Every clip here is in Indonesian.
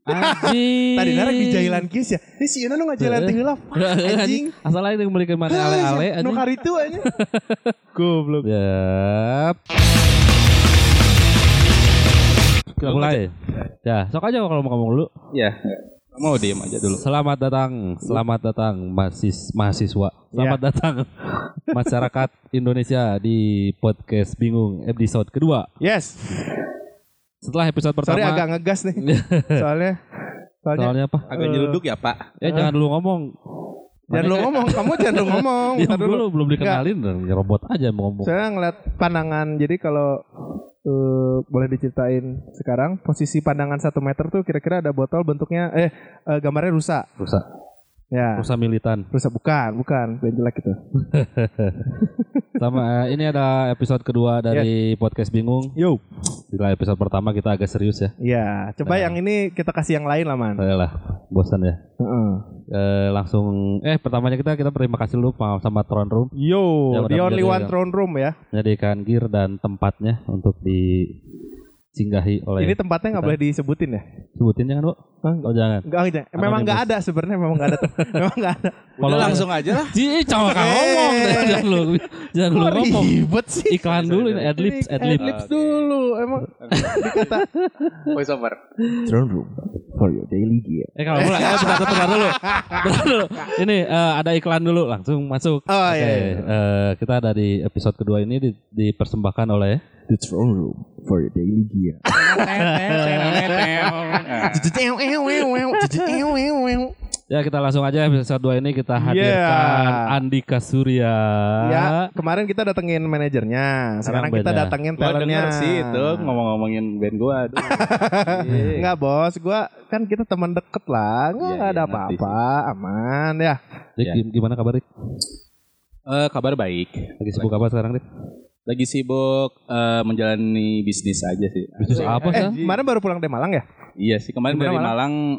Anjing. Tadi narek di jailan kis ya. Ini si Yuna nu ngajailan teu heula. Anjing. Asal aja yang berikan mana ale-ale Nu anjing. karitu anjing. Goblok. Yap. Kita mulai. Ya, sok aja kalau mau ngomong dulu. Ya, mau diem aja dulu. Selamat datang mahasiswa. Selamat datang masyarakat Indonesia di podcast Bingung episode kedua. Yes. Setelah episode pertama. Sorry agak ngegas nih. Soalnya apa? Agak nyeruduk ya Pak. Ya jangan dulu ngomong. Jangan lu ngomong, kamu jangan lu ngomong. Diam dulu, belum dikenalin, robot aja mau ngomong. Saya ngeliat pandangan, jadi kalau boleh diceritain sekarang posisi pandangan 1 meter tuh kira-kira ada botol bentuknya gambarnya rusa. Ya. Rusa militan. Rusa bukan yang jelek itu. Sama ini ada episode kedua dari podcast Bingung. Yo. Bila episode pertama kita agak serius ya. Iya, coba yang ini kita kasih yang lain lah, Man. Ayolah, bosan ya. Langsung pertamanya kita terima kasih dulu sama Throne Room. Yo, the only one Throne Room ya. Menyediakan gear dan tempatnya untuk disinggahi oleh. Ini tempatnya nggak boleh disebutin ya? Sebutin jangan, Bu. Oh jangan. Enggak. Memang nggak ada sebenarnya, memang nggak ada. Memang nggak ada. Kalau langsung aja lah. Coba ngomong. Jangan lu ngomong. Ribet sih. Iklan dulu ini adlibs dulu. Emang dikata Voice over. Throne Room for your daily gear. Kalau mulai bentar dulu. Ini ada iklan dulu langsung masuk. Oh iya. Kita dari episode kedua ini dipersembahkan oleh The Throne Room for your daily gear. Ya kita langsung aja episode 2 ini kita hadirkan Andika Surya. Ya kemarin kita datengin manajernya. Sekarang kita datengin talentnya. Gua denger sih itu ngomong-ngomongin band gua. Enggak bos, gua kan kita teman deket lah. Enggak ada apa-apa, aman ya. Dik, gimana kabar Dik? Kabar baik. Lagi sibuk apa sekarang Dik? Lagi sibuk menjalani bisnis aja sih. Bisnis apa sih? Kemarin baru pulang dari Malang ya? Iya sih, kemarin dari Malang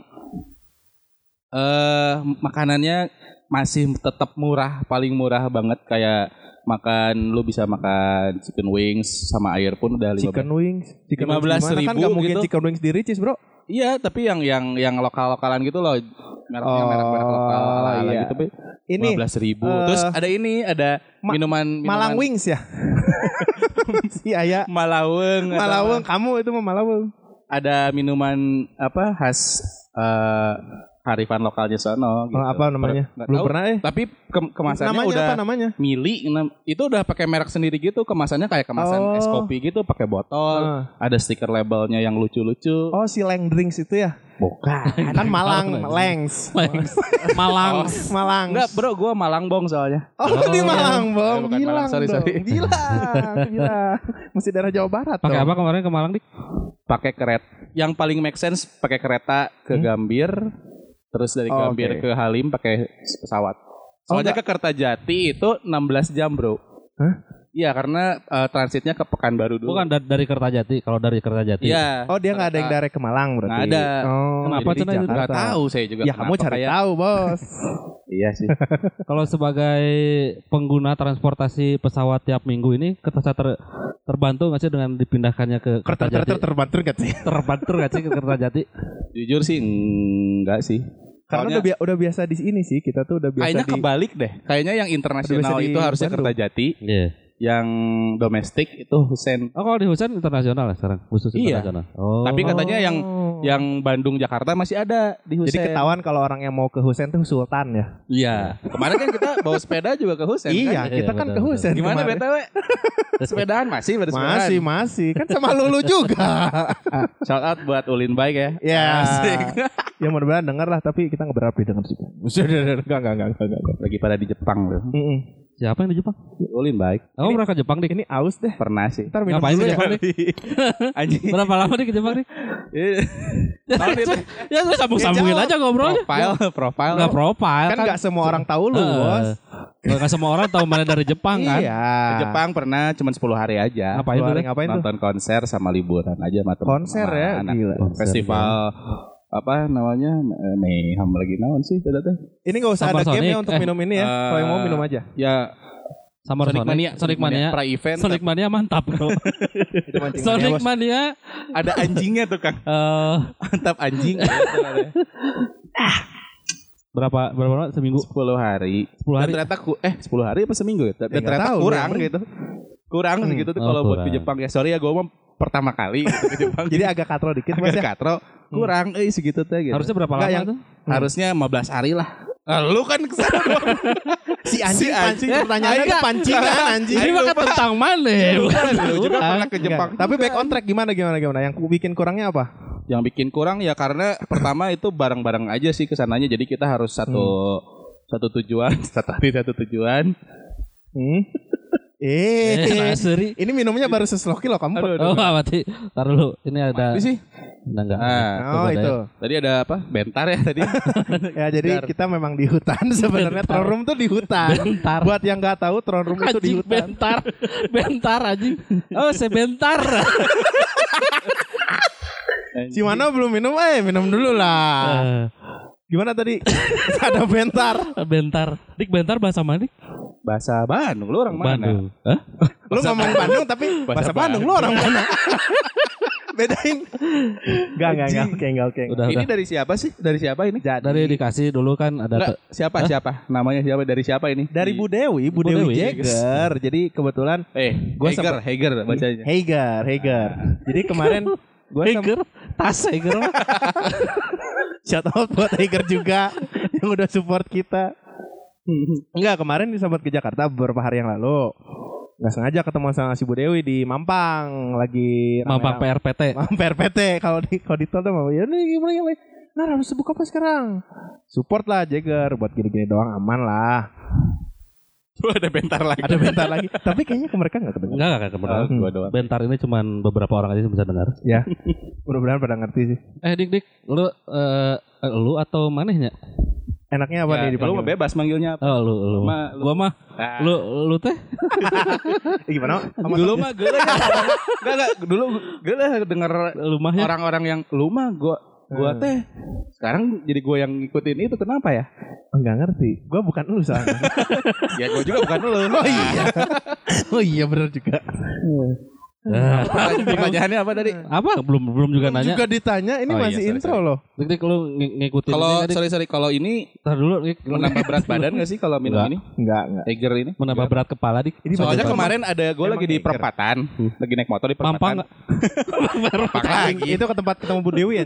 makanannya masih tetap murah, paling murah banget kayak lu bisa makan chicken wings sama air pun udah 15.000 kan nggak mungkin gitu. Chicken wings di Ricis bro. Iya, tapi yang lokal-lokalan gitu loh, mereknya merek lokal ala gitu. Ini 15.000. Terus ada minuman Malang Wings ya. Si Ayah. Malaweng. Kamu itu mau Malaweng. Ada minuman khas kearifan lokalnya sono gitu. Apa namanya? Belum pernah Tapi kemasannya namanya udah apa namanya? Mili. Itu udah pakai merek sendiri gitu. Kemasannya kayak kemasan es kopi gitu, pakai botol. Ada stiker labelnya yang lucu-lucu. Oh, si Lang Drinks itu ya? Bukan. Kan Malang, Langs. Malang. Enggak, bro, gua Malangbong soalnya. Oh, di Malangbong. Gilang. Sorry. Gila. Mesti daerah Jawa Barat. Pakai apa kemarin ke Malang Dik? Pakai kereta. Yang paling make sense pakai kereta ke Gambir. Terus dari Gambir ke Halim pakai pesawat. Soalnya ke Kertajati itu 16 jam, bro. Hah? Iya, karena transitnya ke Pekanbaru dulu. Bukan dari Kertajati. Kalau dari Kertajati. Iya. Oh, dia nggak ada yang direct ke Malang berarti. Nggak ada. Oh, kenapa jadi itu? Nggak tahu saya juga. Ya kamu cari tahu, bos. Iya sih. Kalau sebagai pengguna transportasi pesawat tiap minggu ini, kita terbantu nggak sih dengan dipindahkannya ke Kertajati? Terbantu nggak sih? Terbantu nggak sih ke Kertajati? Jujur sih enggak sih. Karena udah biasa di sini sih, kita tuh udah biasa. Kayaknya kebalik deh. Kayaknya yang internasional itu harusnya Kertajati. Iya. Yang domestik itu Husein. Oh, kalau di Husein internasional lah sekarang, khusus internasional. Oh. Tapi katanya yang Bandung Jakarta masih ada di Husein. Jadi ketahuan kalau orang yang mau ke Husein tuh Sultan ya. Iya. Kemarin kan kita bawa sepeda juga ke Husein. Iya, kan? kita kan ke Husein. Gimana BTW? Sepedaan masih bersepedaan. Masih. Kan sama Lulu juga. Shout out buat Ulin Bike ya. Ya. Ya mudah-mudahan denger lah, tapi kita nggak berharap denger sih. Enggak. Lagi pada di Jepang loh. Siapa yang di Jepang? Ulin Bike. Oh, pernah ke Jepang Dik? Ini aus deh. Pernah sih. Ntar minum ngapain dulu di ya. Jepang Dik? Anjing. Berapa lama Dik ke Jepang Dik? Ya lu sambung-sambungin aja ngobrolnya. Profile. Enggak profile Kan nggak semua orang tahu lu, bos. Enggak semua orang tahu mana dari Jepang kan? Iya. Ke Jepang pernah cuma 10 hari aja. Ngapain tuh? Nonton konser sama liburan aja sama teman. Konser ya? Gila. Festival apa namanya? Mayhem lagi naon sih teh. Ini nggak usah ada Supersonic. game-nya untuk minum ini ya. Kalau yang mau minum aja. Ya Summer Sonic Mania. Sonic Mania. Pra-event. Sonic Mania mantap bro. Itu mancing Sonic mania, Bos. Mania. Ada anjingnya tuh Kang. Mantap anjing. Berapa lama seminggu? 10 hari. 10 hari. Dan ternyata 10 hari apa seminggu ya? Dan nggak ternyata tahu, kurang yang gitu. Kurang segitu tuh Oh, kalau buat ke kurang. Jepang ya. Sorry ya gue mah pertama kali gitu ke Jepang. Jadi agak katro dikit Mas agak ya. katro. Kurang segitu tuh gitu. Harusnya berapa Nggak, lama yang- tuh? Harusnya 15 hari lah. Nah, lu kan kesana doang. Si anjing Si anjing. pancing pertanyaannya Enggak. tuh pancingan anjing. Ini mah kan tentang mana? Lu juga pernah ke Jepang. Enggak. Tapi back on track gimana. Yang bikin kurangnya apa? Yang bikin kurang ya karena pertama itu bareng-bareng aja sih kesananya. Jadi kita harus satu tujuan, satu tujuan. Seri. Ini minumnya baru seseloki loh kamu. Oh, mati. Taruh dulu. Ini ada. Apa sih? Enggak. Oh itu. Tadi ada apa? Bentar ya tadi. Ya jadi kita memang di hutan sebenarnya. Throne room tuh di hutan. Bentar. Buat yang nggak tahu throne room itu di Anjing hutan. bentar. Bentar anjing. Oh, sebentar. Si Mano belum minum, minum dulu lah. Gimana tadi? Ada bentar. Bentar. Dik bentar bahasa mana Dik? Bahasa Bandung, lu orang mana? Bandung. Hah? Lu ngomong Bandung tapi bahasa Bandung lu orang mana? Bedain. Enggak. Oke. Udah. Ini dari siapa sih? Dari siapa ini? Dari dikasih dulu kan ada Enggak, siapa? Namanya siapa? Dari siapa ini? Dari Bu Dewi Jagger. Jadi kebetulan Gua Hager bacanya. Hager. Jadi kemarin gue Hager, tas Hager. shout out buat Hager juga yang udah support kita. Enggak, kemarin sempat ke Jakarta beberapa hari yang lalu. Nggak sengaja ketemu sama si Bu Dewi di Mampang lagi Mampang PRPT. Mampang PRPT kalau di tol tuh mau ya nih gimana. Nah, harus buka apa sekarang? Support lah Jagger buat gini-gini doang aman lah. Ada bentar lagi. Ada bentar lagi. Tapi kayaknya ke mereka nggak kedengar. Enggak kebenaran. Gua doang. Bentar ini cuman beberapa orang aja yang bisa dengar. Ya. Mudah-mudahan pada ngerti sih. Dik, lu atau manehnya? Enaknya apa nih Lu mah dipanggil? bebas manggilnya apa? Oh, lu. Gua mah. Ah. Lu teh? Gimana? Dulu mah gue enggak dulu gue denger Lumahnya. orang-orang yang lu mah gua teh sekarang jadi gue yang ngikutin itu kenapa ya? Enggak ngerti. Gua bukan lu soalnya. Ya gue juga bukan lu. Oh iya benar juga. Pertanyaannya apa tadi? Apa? Belum juga nanya. Juga ditanya ini Oh, masih iya, sorry, intro loh. Dik, lu ngikutin Kalau ini nggak, Dik? sorry kalau ini Tar dulu Dik. menambah berat badan gak sih kalau minum Enggak. ini? Enggak. Tiger ini? Menambah berat kepala Dik. Ini Soalnya baca- kemarin ada gue Emang lagi di Tiger. perempatan, lagi naik motor di Mampang perempatan. nggak? Perempatan lagi. Itu ke tempat ketemu Bu Dewi ya.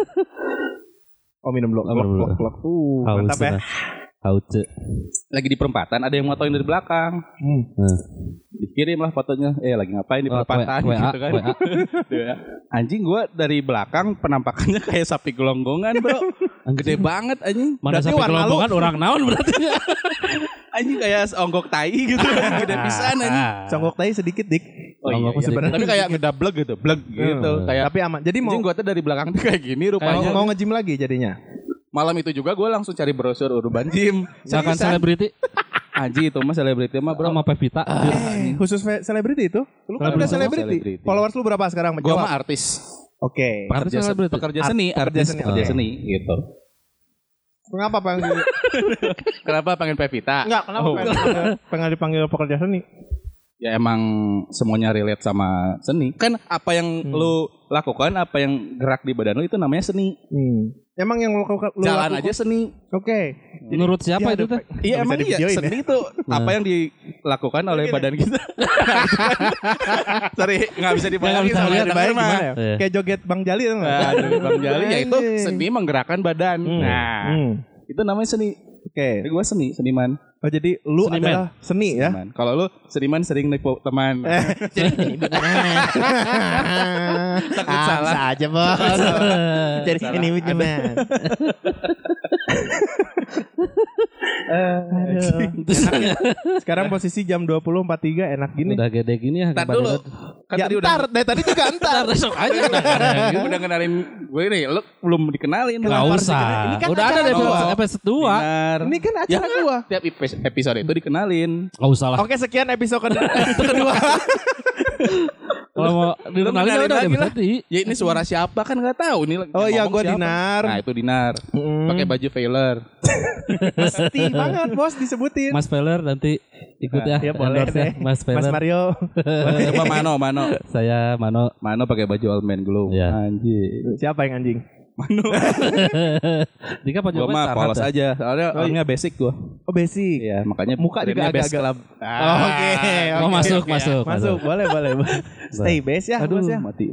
Oh minum dulu. Blok. Mantap ya. Haus. Lagi di perempatan ada yang motoin dari belakang. Dikirim lah fotonya. Lagi ngapain di perempatan WA, gitu kan. WA. Anjing gue dari belakang penampakannya kayak sapi gelonggongan, Bro. Gede banget anjing. Mana Berarti sampai warna kelompongan orang naon berarti. Anjing kayak onggok tai gitu. Gede pisan anjing. Songgok tai sedikit dik. Oh, Onggok iya. sedikit. Tapi kayak ngedablek gitu, bleg gitu. Kayak Tapi aman. Jadi mau anjing gue tuh dari belakang tuh kayak gini rupanya. mau nge-gym lagi jadinya. Malam itu juga gue langsung cari brosur Urban Gym. Misalkan Seriusan. selebriti Anjing itu mah selebriti mah bro. sama Pevita. Khusus selebriti itu? Lu kan udah selebriti. Selebriti. Followers lu berapa sekarang? Gue Jawab. mah artis. Oke. Artis selebriti. Pekerja seni, artis seni, pekerja oke. seni gitu. Kenapa pengen Kenapa pengen Pevita? Enggak, kenapa Oh. pengen dipanggil pekerja seni? Ya emang semuanya relate sama seni. Kan apa yang lu lakukan, apa yang gerak di badan lu itu namanya seni. Emang yang lu lakukan Jalan aja seni. Oke. Menurut siapa itu teh? Iya Bisa emang iya divideoin ya? seni itu apa yang dilakukan oleh badan kita. Sorry nggak bisa dibayangin bisa sama lihat, yang Bayang denger mah. gimana ya? Iya. Kayak joget Bang Jali tuh enggak? Aduh, Bang Jali ya itu seni menggerakkan badan. Nah, itu namanya seni. Oke. Jadi gue seniman. Oh jadi lu Seniman. adalah seni ya? Seniman. Kalau lu seniman sering nipu teman. Jadi ini salah. Bisa aja bos. Jadi ini gimana? Sekarang posisi jam 20.43 enak gini. Udah gede gini ya. Ntar dulu. Kan Ya tadi ntar, dari tadi juga ntar. Besok aja. udah kenalin gue nih. Lu belum dikenalin. Enggak usah. Ini kan Udah ada acara di gua. episode 2. Benar. Ini kan Ya acara gua. Tiap episode itu dikenalin. Enggak usah lah. Oke sekian episode kedua. Kalau mau dikenalin ya kenalin udah lagi lah. berarti. Ya ini suara siapa kan nggak tahu nih. Oh iya ngomong gue siapa. Dinar. Nah itu Dinar. Pakai baju Veiler. Pasti banget bos disebutin. Mas Peller nanti Ikut ya. Ya boleh endorse-nya, deh. Mas Mas Peler. Mario. Coba Mano. Saya Mano. Mano pakai baju Old Man Glow. Iya. Anjir. Siapa yang anjing? Mano. Dika Pak Gua Jokowi mah Tarhat polos ya? aja. Soalnya orangnya basic gua. Oh basic. Iya, makanya Muka juga brandnya Base agak-agak. Club. Oke. Oh, masuk. Masuk. Boleh. Stay base ya. Aduh, Bos ya. mati.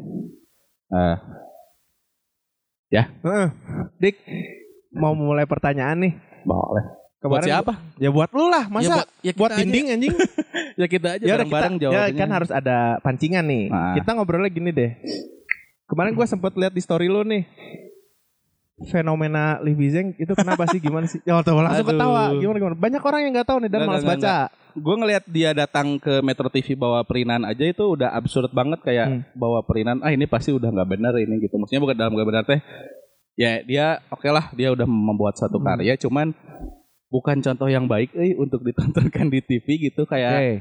Heeh. Dik, mau mulai pertanyaan nih. Boleh. Buat siapa? Ya buat lu lah. Masa Ya buat kita aja. dinding anjing. Ya kita aja Ya udah bareng-bareng kita, jawabnya. ya kan harus ada pancingan nih. Kita ngobrolnya gini deh. Kemarin gue sempet lihat di story lu nih. Fenomena Livi Zeng itu kenapa sih, gimana sih? Ya tuh langsung Aduh. ketawa. Gimana? Banyak orang yang nggak tahu nih dan malas baca. Gue ngelihat dia datang ke Metro TV bawa perinan aja itu udah absurd banget kayak bawa perinan. Ini pasti udah nggak benar ini gitu. Maksudnya bukan dalam nggak benar teh. Ya dia oke lah dia udah membuat satu karya, cuman bukan contoh yang baik untuk ditontonkan di TV gitu kayak.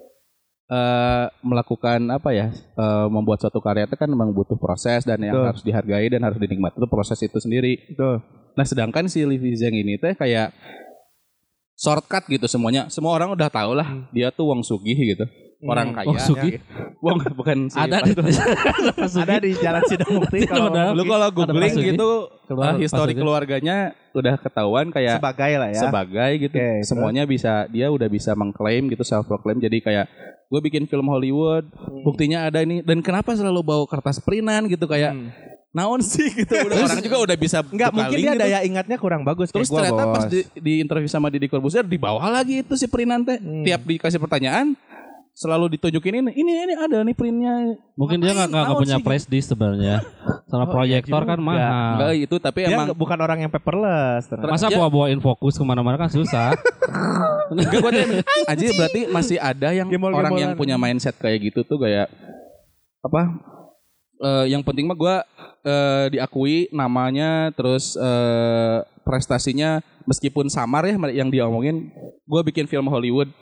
Melakukan apa ya, membuat suatu karya itu kan memang butuh proses dan yang harus dihargai dan harus dinikmati itu proses itu sendiri. Betul. Nah sedangkan si Livi Zeng ini teh kayak shortcut gitu semuanya. Semua orang udah tahu lah dia tuh Wong Sugih gitu. Orang kaya. Wong Sugih? Wong bukan si Ada di Ada di Jalan Sidamukti. Lu kalau googling Mas Sugih. gitu Keluar histori Mas Sugih. keluarganya udah ketahuan kayak Sebagai lah ya. sebagai gitu. Oke, Semuanya bisa, dia udah bisa mengklaim gitu, self proclaim. Jadi kayak gue bikin film Hollywood, buktinya ada ini. Dan kenapa selalu bawa kertas perinan gitu kayak naon sih gitu. Orang juga udah bisa Enggak, mungkin dia gitu. daya ingatnya kurang bagus. Terus kayak gua, ternyata pas Bos. di interview sama Deddy Corbuzier di bawah lagi itu si perinan teh. Tiap dikasih pertanyaan selalu ditunjukin ini ada nih printnya. Mungkin dia nggak Naon punya sih? flash disk sebenarnya. Sama proyektor kan mahal. Enggak itu tapi Dia emang bukan orang yang paperless. ternyata. Masa bawa-bawain fokus kemana-mana kan susah. enggak gue aja berarti masih ada yang Gembol-gembolan. orang yang punya mindset kayak gitu tuh kayak apa? Yang penting mah gue diakui namanya terus prestasinya meskipun samar ya yang dia omongin. Gue bikin film Hollywood.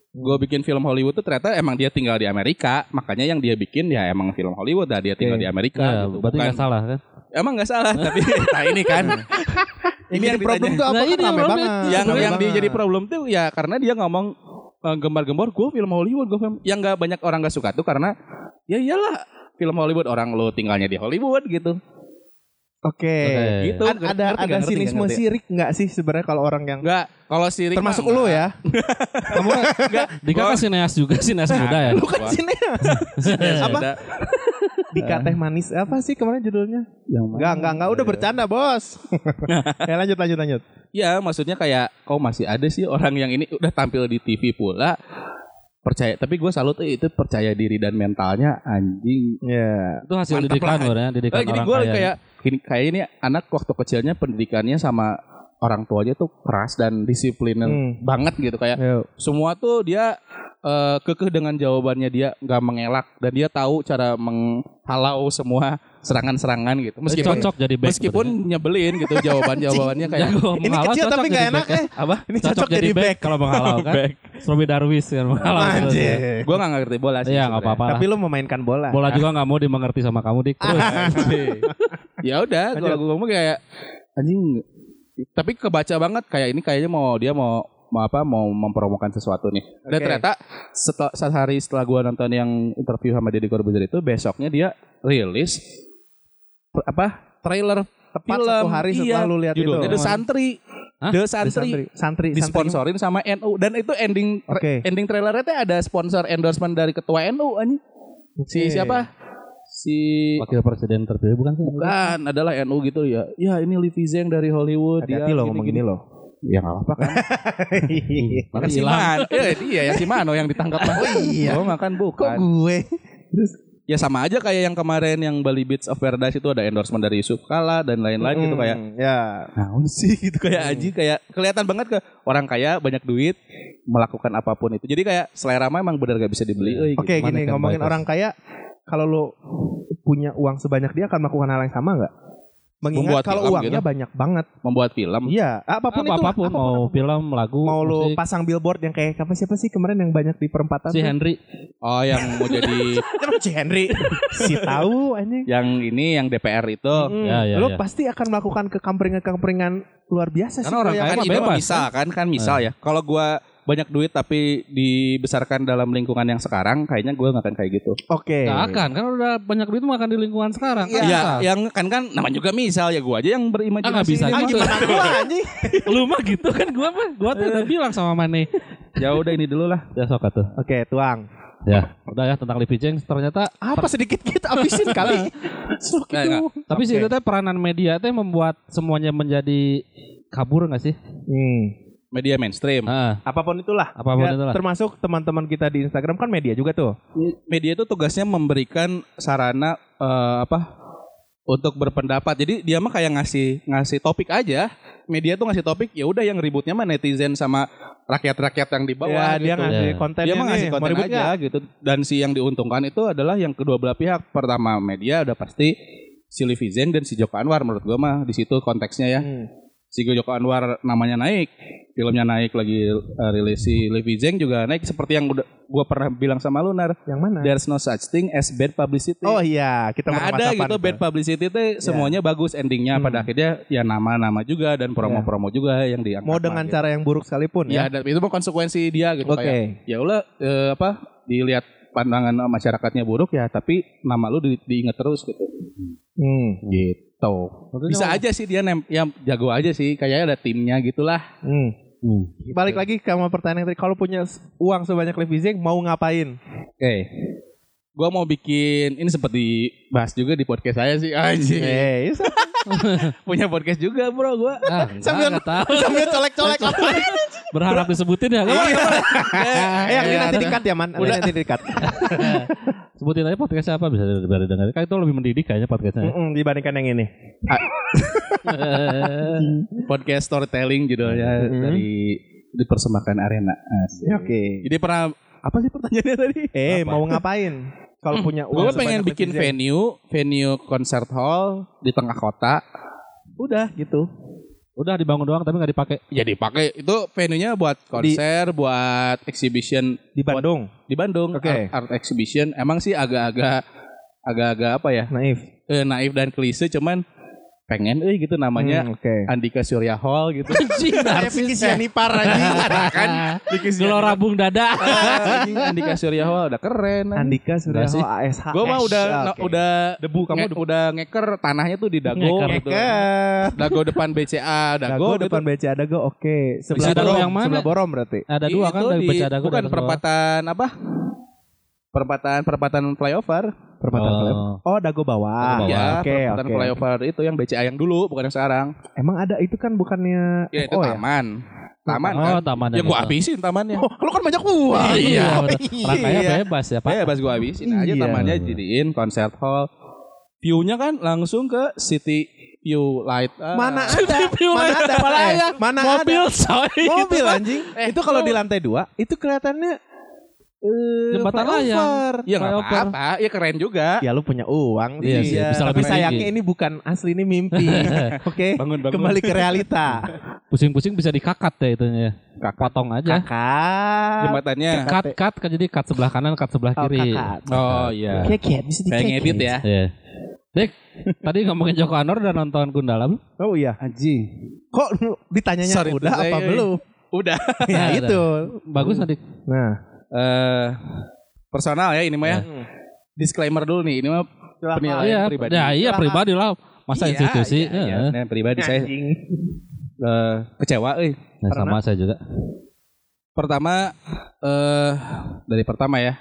Tuh ternyata emang dia tinggal di Amerika, makanya yang dia bikin ya emang film Hollywood dah dia tinggal di Amerika. Ya, gitu. berarti nggak salah kan? Emang nggak salah, tapi nah ini kan. Ini yang problem tuh apa? Nah, Kan ini rame problem. banget. yang Rame yang banget. dia jadi problem tuh ya karena dia ngomong gembar-gembor gue film Hollywood, gue film yang nggak banyak orang nggak suka tuh karena ya iyalah film Hollywood, orang lo tinggalnya di Hollywood gitu. Oke. Gitu. Ada sinisme sirik nggak sih sebenarnya kalau orang yang Enggak, kalau sirik termasuk mah lu enggak. ya? Kamu Dika kan sineas juga, sineas muda ya. Lu kan sineas. Apa? Ada. Dika Teh Manis apa sih kemarin judulnya? Yang Enggak, udah bercanda, Bos. Ya lanjut. Ya maksudnya kayak kok masih ada sih orang yang ini udah tampil di TV pula percaya, tapi gue salut itu percaya diri dan mentalnya anjing. Ya. Itu hasil Mantap didikan lah. loh ya, didikan Jadi orang gue kaya. kayak ini anak waktu kecilnya pendidikannya sama orang tuanya tuh keras dan disiplin banget gitu kayak Yuk. semua tuh dia kekeh dengan jawabannya, dia nggak mengelak dan dia tahu cara menghalau semua serangan-serangan gitu. Cocok jadi back meskipun nyebelin gitu jawabannya kayak Ini kecil tapi gak enak apa? Ini Cocok jadi back kalau menghalau kan. Back. Robbie Darwis kan menghalau. Anjir. Gue nggak ngerti bola sih. Iya nggak apa-apa lah. Tapi lu memainkan bola. Bola juga nggak mau dimengerti sama kamu Dik. Terus. Ya udah, kalau gue ngomong kayak anjing. Tapi kebaca banget kayak ini kayaknya mau mempromokan sesuatu nih. Dan Oke. ternyata sehari setelah gue nonton yang interview sama Deddy Corbuzier itu, besoknya dia rilis trailer Tepat film. satu hari setelah lu lihat itu. judulnya The Santri. Hah? The Santri. Santri. Disponsorin sama NU dan itu ending Oke. ending trailernya teh ada sponsor endorsement dari ketua NU anjing. Si Oke. siapa? Si Wakil presiden terpilih bukan sih? bukan adalah NU gitu ya. Ya ini Livi Zeng dari Hollywood. Hati-hati lo ngomong gini lo. Ya nggak apa-apa kan. Nanti Si hilang. Mano, ya si Mano yang ditangkap. Oh iya. Oh makan Kok bukan. gue? Ya sama aja kayak yang kemarin yang Bali Beats of Paradise itu ada endorsement dari Yusuf Kala dan lain-lain gitu kayak. Ya. Naon sih gitu kayak Aji kayak kelihatan banget ke orang kaya banyak duit melakukan apapun itu. Jadi kayak selera mah emang benar gak bisa dibeli. euy, Oke, gitu. gini Manehkan ngomongin baik, orang kaya, kalau lo punya uang sebanyak dia akan melakukan hal yang sama nggak? Mengingat Membuat kalau film uangnya gitu. banyak banget. Membuat film. Iya, apapun itu. Apapun mau film, lagu, mau lo musik. pasang billboard yang kayak siapa sih kemarin yang banyak di perempatan Si tuh? Henry. Oh yang mau jadi Kenapa si Henry? Si tahu anjing. yang ini yang DPR itu. Ya, Lo ya. pasti akan melakukan kekampringan luar biasa sih. Karena orang kalau yang- kaya Kan mah ini bebas, misal kan misal ya. Kalau gua banyak duit tapi dibesarkan dalam lingkungan yang sekarang, kayaknya gue nggak akan kayak gitu. Oke. Gak akan, kan udah banyak duit mah akan di lingkungan sekarang. Kan Iya, bisa. yang kan namanya juga misal ya gue aja yang berimajinasi. Nggak bisa ini. gitu. Gimana gua anjing? Lu mah gitu kan gua tuh udah bilang sama Mane. Ya udah ini dulu lah. Ya sok atuh. Oke, tuang. Ya, udah ya tentang Livi Zeng ternyata Apa sedikit kita abisin kali. Sok Nggak. itu. tapi sih Oke. itu teh peranan media teh membuat semuanya menjadi kabur enggak sih? Media mainstream. Apapun itulah. Apapun itulah. Termasuk teman-teman kita di Instagram kan media juga tuh. Media itu tugasnya memberikan sarana untuk berpendapat. Jadi dia mah kayak ngasih topik aja. Media tuh ngasih topik, ya udah yang ributnya mah netizen sama rakyat-rakyat yang di bawah Ya, dia gitu. ngasih Ya. konten. Dia mah ngasih konten ribut aja nggak? gitu. Dan si yang diuntungkan itu adalah yang kedua belah pihak. Pertama media udah pasti si Livi Zeng dan si Joko Anwar, menurut gua mah di situ konteksnya ya. Si Joko Anwar namanya naik, filmnya naik lagi, rilis si Livi Zeng juga naik, seperti yang udah gua pernah bilang sama lu, Nar. Yang mana? There's no such thing as bad publicity. Oh iya, kita Nggak ada gitu bad publicity itu semuanya bagus endingnya. Pada akhirnya ya nama-nama juga dan promo-promo juga yang diangkat. Mau dengan lah, cara yang buruk sekalipun ya, ya. dan itu mah konsekuensi dia gitu. Oke. Kayak, ya ulah dilihat pandangan masyarakatnya buruk ya, tapi nama lu diingat terus gitu. Gitu. Bisa aja sih dia yang jago aja sih, kayaknya ada timnya gitulah. Balik lagi ke sama pertanyaan tadi, kalau punya uang sebanyak Livi Zeng mau ngapain? Oke. Gua mau bikin, ini sempat dibahas juga di podcast saya sih. Anjing. Punya podcast juga, Bro, gua. Sambil tahu. Sambil colek-colek. Berharap disebutin ya. Yang ini nanti di-cut ya, Man. Nanti di-cut. Sebutin aja podcastnya apa bisa dengar. Kan itu lebih mendidik kayaknya podcastnya. Dibandingkan yang ini. Podcast storytelling judulnya dari dipersembahkan Arena. Asik. Oke. Jadi pernah apa sih pertanyaannya tadi? Mau ngapain? Kalau punya uang Gue pengen sebanyak bikin Livi Zeng. venue concert hall di tengah kota. Udah gitu. Udah dibangun doang tapi nggak dipakai. Ya dipakai itu venue-nya buat konser, buat exhibition Di Bandung. di Bandung. Oke. Art exhibition. Emang sih agak-agak apa ya? Naif. Naif dan klise, cuman pengen gitu namanya Oke. Andika Surya Hall gitu. Narsis Yanipar aja. Kan Gelora Bung Dada. Andika Surya Hall udah keren. Andika Surya Nggak sih. ASH. Gue mah udah debu kamu udah ngeker tanahnya tuh di Dago Ngeker. gitu. Ngeker. Dago depan BCA, Dago gitu. depan BCA Dago. Oke. Bisa Dago yang mana? Sebelah Borom berarti. Ada dua kan dari Baca Dago. Bukan dan perempatan apa? Perempatan flyover. Perempatan Oh. Flyover. Oh, Dago bawah. Iya, Oke, perempatan oke. flyover itu yang BCA yang dulu, bukan yang sekarang. Emang ada itu kan bukannya Ya itu FO taman. Taman Oh, kan. taman Ya yang gua itu. habisin tamannya. Lu kan banyak uang. Iya, betul. Rangkanya bebas ya Pak. Ya pas gua habisin aja Iya. tamannya jadiin concert hall. View-nya kan langsung ke City View Light. Mana ada? Mana ada? Mana Mobil ada? coy. Mobil anjing. Itu kalau di lantai 2 itu kelihatannya Jembatan flyover. Ya nggak Flyover. apa-apa, ya keren juga. Ya lu punya uang Iya sih, bisa Tapi lebih sayangnya tinggi. ini bukan asli, ini mimpi. Oke. Bangun. Kembali ke realita. Pusing-pusing bisa dikakat ya itunya. Potong aja. Kakak. Jembatannya. Cut kan jadi cut sebelah kanan, cut sebelah Oh, kiri. kakak. Oh iya. Keket bisa di Kayak ngedit ya. Iya. Dek, tadi ngomongin Joko Anwar udah nonton Gundala belum? Oh iya. Haji. Kok ditanyanya Sorry, udah saya- apa belum? Udah. Ya Udah. itu. Bagus nanti. Nah, Personal ya ini mah ya. Disclaimer dulu nih, ini mah penilaian Iya, pribadi. ya iya pribadi lah. Masa institusi. Iya, nah, pribadi saya kecewa Nah, sama saya juga. Pertama dari pertama ya.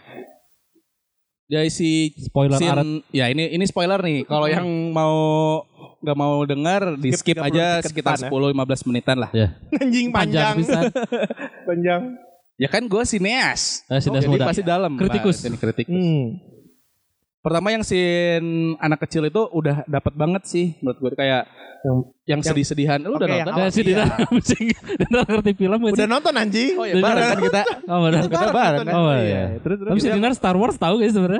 Dari si Spoiler alert. ya ini spoiler nih. Kalau yang nggak mau dengar di skip 30 aja detik sekitar depan 10-15 menitan lah. Ya. anjing panjang. pisan. Panjang. Ya kan gue sineas. Sineas Jadi muda. pasti dalam. Kritikus. Bah, kritikus. Pertama yang scene anak kecil itu udah dapat banget sih menurut gue, kayak yang sedih-sedihan. Lu udah Oke, nonton? yang Ya si Dina pusing. Dina ngerti film gak sih? Udah nonton anjing? Oh ya bareng kan kita. Oh benar. Kita bareng kan. Oh iya. Terus Tapi si Dinar Star Wars tahu gak sih sebenarnya?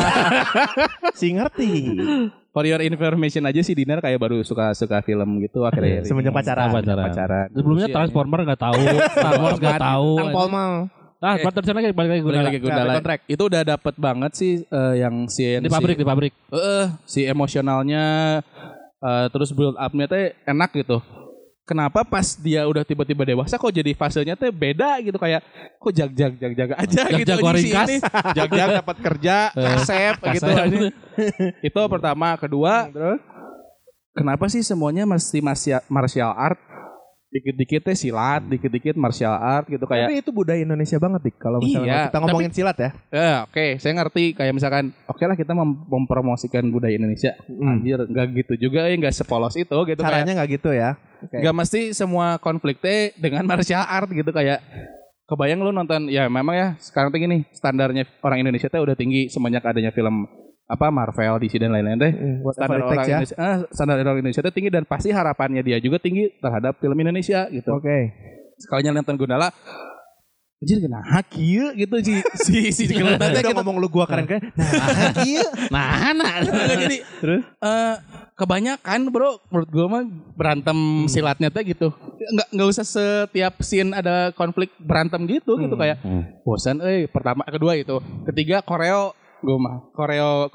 si ngerti. For your information aja sih Dinar kayak baru suka film gitu akhirnya. Semenjak pacaran. Pacaran. Sebelumnya Transformer gak tahu, Star Wars gak tahu. Tampol mal. Nah, terusan lagi balik lagi Balik Gundala. lagi Gundala. Kontrak. Itu udah dapet banget sih yang scene Di pabrik. si emosionalnya terus build up-nya teh enak gitu. kenapa pas dia udah tiba-tiba dewasa kok jadi fasenya tuh beda gitu, kayak kok jag aja gitu di sini. Jag dapat kerja, kasep gitu aja. Itu pertama. Kedua, terus kenapa sih semuanya mesti martial art? Dikit-dikit teh silat, dikit-dikit martial art gitu kayak. Tapi itu budaya Indonesia banget, Dik. Kalau misalnya kita ngomongin silat ya. Oke, saya ngerti kayak misalkan oke lah kita mempromosikan budaya Indonesia. Anjir, enggak gitu juga enggak sepolos itu gitu. Caranya enggak gitu ya. Enggak mesti semua konflik teh dengan martial art gitu, kayak kebayang lu nonton ya, memang ya sekarang tuh gini, standarnya orang Indonesia teh udah tinggi semenjak adanya film Marvel, DC dan lain-lain teh. Standar orang Indonesia, standar orang Indonesia itu tinggi dan pasti harapannya dia juga tinggi terhadap film Indonesia gitu. Oke. Sekalinya nonton Gundala, anjir kenapa kieu gitu si Gundala teh ngomong lu gua keren-keren. Nah, kieu. Nah. Jadi terus kebanyakan bro menurut gua mah berantem silatnya teh gitu. Enggak usah setiap scene ada konflik berantem gitu gitu kayak bosan pertama, kedua itu. Ketiga koreo gue mah koreo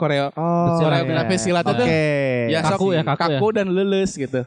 tapi silat itu ya kaku dan leles gitu.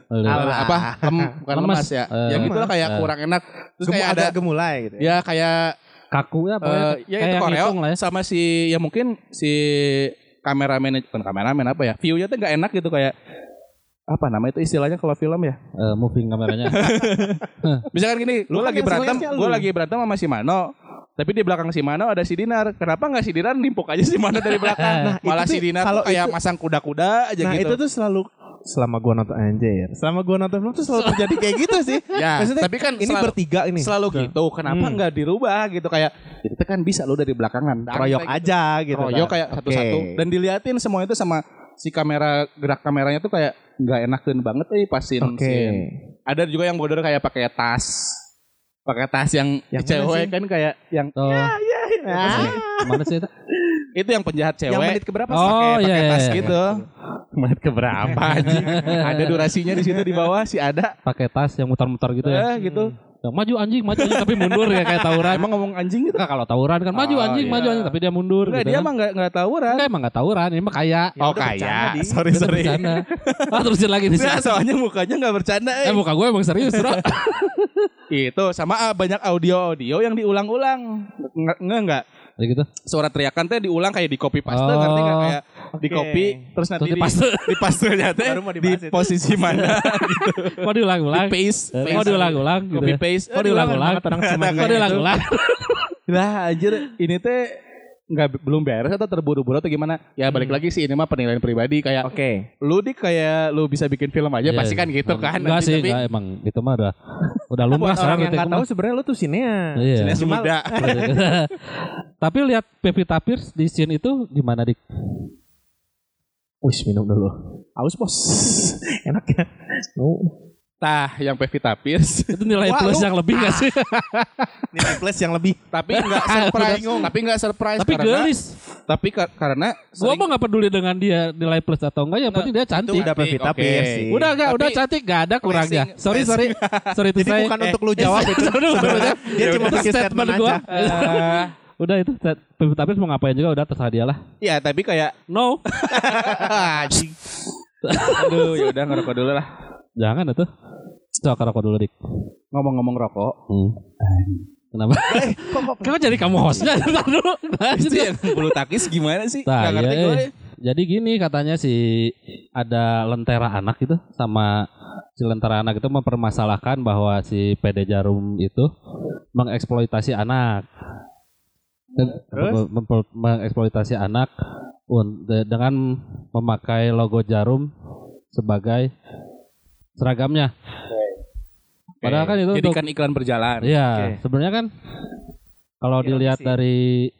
Bukan lemas ya. Yang gitu lah kayak kurang enak. Terus kayak ada gemulai gitu. Ya kayak kaku ya pokoknya. Ya itu koreo sama si ya mungkin si kameramen apa ya, view-nya tuh enggak enak gitu, kayak apa nama itu istilahnya kalau film ya? Moving kameranya. Misalkan gini, gue lagi berantem sama si Mano. Tapi di belakang si Mano ada si Dinar. Kenapa nggak si Dinar nimpuk aja si Mano dari belakang? Malah si Dinar tuh kayak masang kuda-kuda aja gitu. Nah itu tuh selalu selama gua nonton film tuh selalu terjadi kayak gitu sih. Ya, maksudnya, tapi kan ini bertiga ini selalu gitu. Kenapa nggak dirubah gitu, kayak itu kan bisa lo dari belakangan. Royok aja gitu. Royok kayak satu-satu dan diliatin semua itu sama si gerak kameranya tuh kayak nggak enakan banget pasin. Ada juga yang bodoh kayak pakai tas yang cewek kan kayak yang mana sih itu? Itu yang penjahat cewek. Yang menit keberapa sih? Pakai tas gitu. Menit keberapa anjing? Ada durasinya di situ di bawah sih ada. Pakai tas yang mutar-mutar gitu ya. Gitu. Yang maju anjing tapi mundur ya kayak tawuran. Emang ngomong anjing gitu? Nah, kalau tawuran kan maju anjing tapi dia mundur. Enggak, gitu dia kan. emang enggak tawuran. Enggak, emang enggak tawuran, ini mah kayak. Oh kayak. Sorry. Terusin lagi nih. Soalnya mukanya enggak bercanda. Muka gue emang serius, bro. Itu sama banyak audio yang diulang-ulang. Enggak. Gitu. Suara teriakan teh diulang kayak di copy paste, ngerti enggak, kayak di copy terus nanti di paste-nya teh di posisi mana gitu. Kok diulang-ulang? Di paste. Kok diulang-ulang gitu. Copy paste. Kok diulang-ulang? Kok diulang-ulang? Lah anjir, ini teh belum beres atau terburu-buru atau gimana? Ya balik lagi sih, ini mah penilaian pribadi kayak lu kayak lu bisa bikin film aja pasti kan gitu kan. Enggak sih, enggak, emang itu mah udah lumrah sekarang gitu. Enggak tahu sebenarnya lu tuh sineas. Sineas muda. Tapi lihat Pevita Pierce di scene itu gimana, Dik? Wis minum dulu. Aus bos. Enak ya. Yang Pevita Pierce itu nilai plus yang lebih gak sih? Nilai plus yang lebih. Tapi enggak surprise. Tapi gelis. Tapi karena gua mah enggak peduli dengan dia nilai plus atau enggak, yang penting dia cantik. Itu udah Pevita Pierce sih. Udah cantik, enggak ada kurangnya. Sorry itu saya. Bukan untuk lu jawab itu. Dia cuma bikin statement aja. Udah itu Pevita Pierce mau ngapain juga udah terserah dia lah. Iya, tapi kayak no. Aduh, ya udah ngerokok dulu lah. Jangan itu. Coba rokok dulu, Dik. Ngomong-ngomong rokok. Kenapa? Kenapa jadi kamu hostnya? Dulu. Itu yang bulu takis gimana sih? Gak ngerti gue. Jadi gini katanya ada Lentera Anak itu sama si Lentera Anak itu mempermasalahkan bahwa si PD Jarum itu mengeksploitasi anak. Mengeksploitasi anak dengan memakai logo Jarum sebagai seragamnya. Padahal kan itu jadikan iklan berjalan. Iya, sebenarnya kan kalau dilihat dari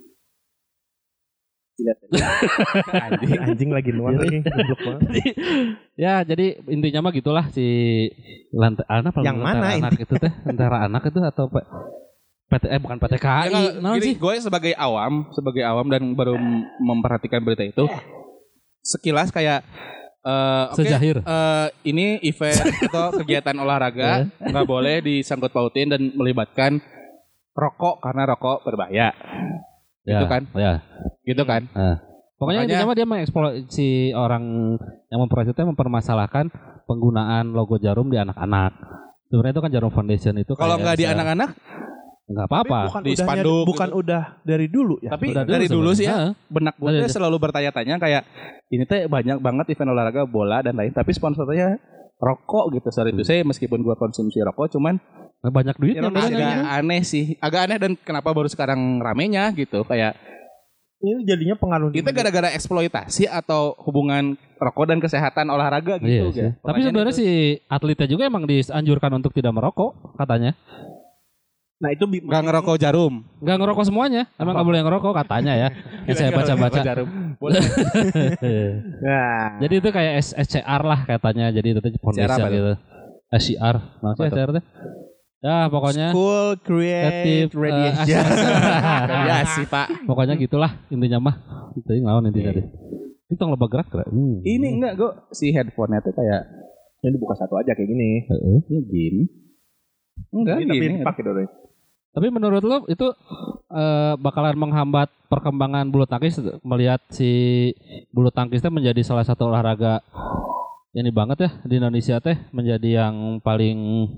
anjing lagi nuan lagi goblok banget. Ya, jadi intinya mah gitulah si yang mana anak itu teh, Lentera Anak itu atau bukan PTKI. Gue sebagai awam dan baru memperhatikan berita itu sekilas kayak sejahir. Ini event atau kegiatan olahraga nggak boleh disangkut pautin dan melibatkan rokok karena rokok berbahaya. Gitu kan? Ya. Gitu kan? Pokoknya intinya dia mengeksploitasi orang yang mempermasalahkan penggunaan logo Jarum di anak-anak. Sebenarnya itu kan Jarum Foundation itu Kalau kayak nggak di bisa- anak-anak, nggak apa-apa. Bukan Di spanduk bukan gitu. udah dari dulu ya. tapi Udah dari dulu sih sebenarnya. ya, benak gue Dari- tuh selalu bertanya-tanya kayak ini teh banyak banget event olahraga bola dan lain, tapi sponsornya rokok gitu. Sorry itu saya meskipun gue konsumsi rokok, cuman Nah, banyak duitnya Ya, mereka agak gitu. aneh sih, agak aneh dan kenapa baru sekarang ramenya gitu kayak Ini jadinya pengaruh kita gara-gara eksploitasi atau hubungan rokok dan kesehatan olahraga Iya gitu. sih. ya. Tapi sebenarnya Pertanyaan si atletnya juga emang dianjurkan untuk tidak merokok katanya. Nah itu itu, nggak ngerokok jarum. Nggak ngerokok semuanya. Emang nggak boleh ngerokok katanya ya. Yang saya baca-baca. Jarum. Boleh. Nah, Jadi itu kayak SCR lah katanya. Jadi itu foundation apa tuh? gitu. SCR. Maksudnya Apa tuh? SCR teh? Ya pokoknya. School Creative Radiation. Ya sih Pak. Pokoknya gitulah intinya mah. Itu ngelawan intinya deh. Itu tong lebah gerak gerak. Ini enggak gue si headphone-nya tuh kayak Ini buka satu aja kayak gini. ya gini. Enggak Ini tapi gini. dipakai dulu. Tapi menurut lo itu bakalan menghambat perkembangan bulu tangkis melihat si bulu tangkisnya menjadi salah satu olahraga ini banget ya di Indonesia teh menjadi yang paling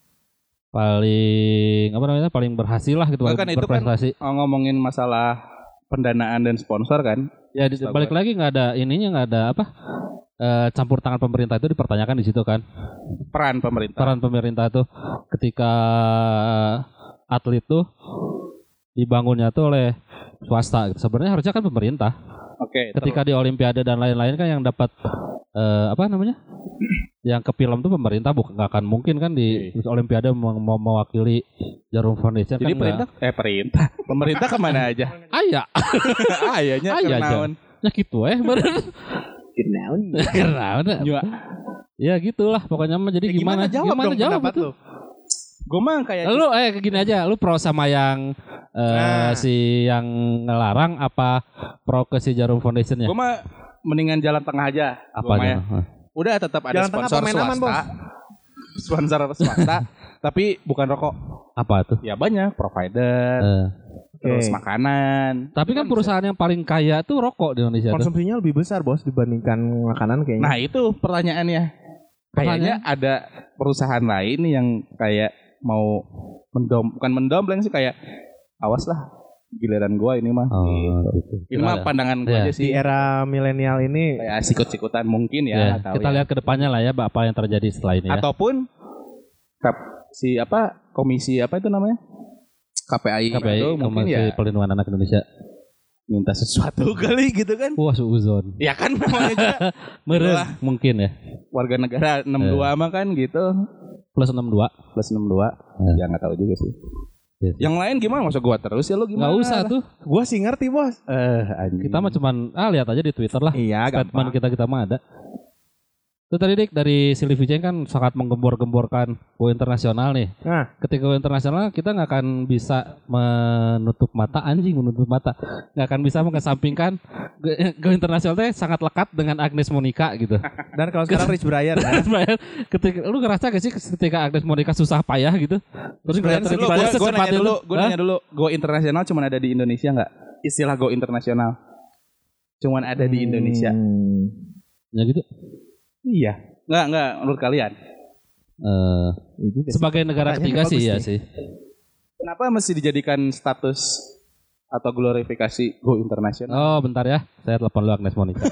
apa namanya paling berhasil lah gitu Bahkan itu kan berprestasi. ngomongin masalah pendanaan dan sponsor kan. Ya Setahu balik lagi nggak ada ininya nggak ada apa campur tangan pemerintah itu dipertanyakan di situ kan. Peran pemerintah. Peran pemerintah tuh ketika atlet tuh dibangunnya tuh oleh swasta gitu. Sebenarnya harusnya kan pemerintah. Oke. Ketika di olimpiade dan lain-lain kan yang dapat apa namanya? Yang ke film tuh pemerintah bukan nggak akan mungkin kan di olimpiade mau mewakili Jarum Foundation Jadi kan perintah pemerintah kemana aja? Ayah. Ayahnya Aya aja. kenaon. Ya gitu bener. Kenaun. Karena Nyua. ya gitulah pokoknya mah jadi gimana Jawab dong pendapat itu? lu. Gue mah kayak Lu gini aja, lu pro sama yang si yang ngelarang apa pro ke si Jarum Foundation-nya? gue mah mendingan jalan tengah aja. Gua mah ya. Apanya? Udah tetap ada Jalan tengah sponsor pemain aman, swasta. Sponsor swasta tapi bukan rokok. Apa tuh? Ya banyak provider, Eh, terus Oke. makanan. Tapi kan perusahaan yang paling kaya tuh rokok di Indonesia tuh. Konsumsinya lebih besar bos dibandingkan makanan kayaknya. Nah, itu pertanyaannya. Kayaknya ada perusahaan lain yang kayak mau bukan mendompleng sih kayak awas lah giliran gua ini mah. Oh, Gitu. gitu. Ini mah pandangan gua Iya. aja Di sih. era milenial ini Kayak sikut-sikutan mungkin Ya, ya, nggak tahu kita ya. lihat ke depannya lah ya apa yang terjadi setelah ini ya. Ataupun si apa komisi apa itu namanya? KPI, KPI, itu mungkin Komisi ya Perlindungan Anak Indonesia. minta sesuatu kali gitu kan. Wah, suuzon. Ya kan namanya juga Meren Wah. mungkin ya. warga negara 62 mah kan gitu. Plus 62. Plus 62. Ya nggak tahu juga sih. Iya sih. Yang lain gimana? Masa gua terus ya lu gimana? Nggak usah tuh. gua sih ngerti bos. Anjing. Kita mah cuman lihat aja di Twitter lah. Iya, Statement gampang. kita mah ada. Itu tadi Dik dari Silly Vijay kan sangat menggembor-gemborkan go internasional nih. Nah, Ketika go internasional kita nggak akan bisa menutup mata nggak akan bisa mengesampingkan go internasional teh sangat lekat dengan Agnes Monica gitu. dan kalau sekarang Rich Brian ya. Ketika lu ngerasa gak sih ketika Agnes Monica susah payah gitu? Terus ngeliat Dulu, Rich Brian gue secepat nanya itu. dulu, gue Hah? nanya dulu, go internasional cuman ada di Indonesia nggak? Istilah go internasional cuman ada di Indonesia. Ya gitu. Iya. Nggak menurut kalian. Sebagai negara ketiga sih ya sih. Kenapa mesti dijadikan status atau glorifikasi go internasional? Oh bentar ya, saya telepon lu Agnes Monica.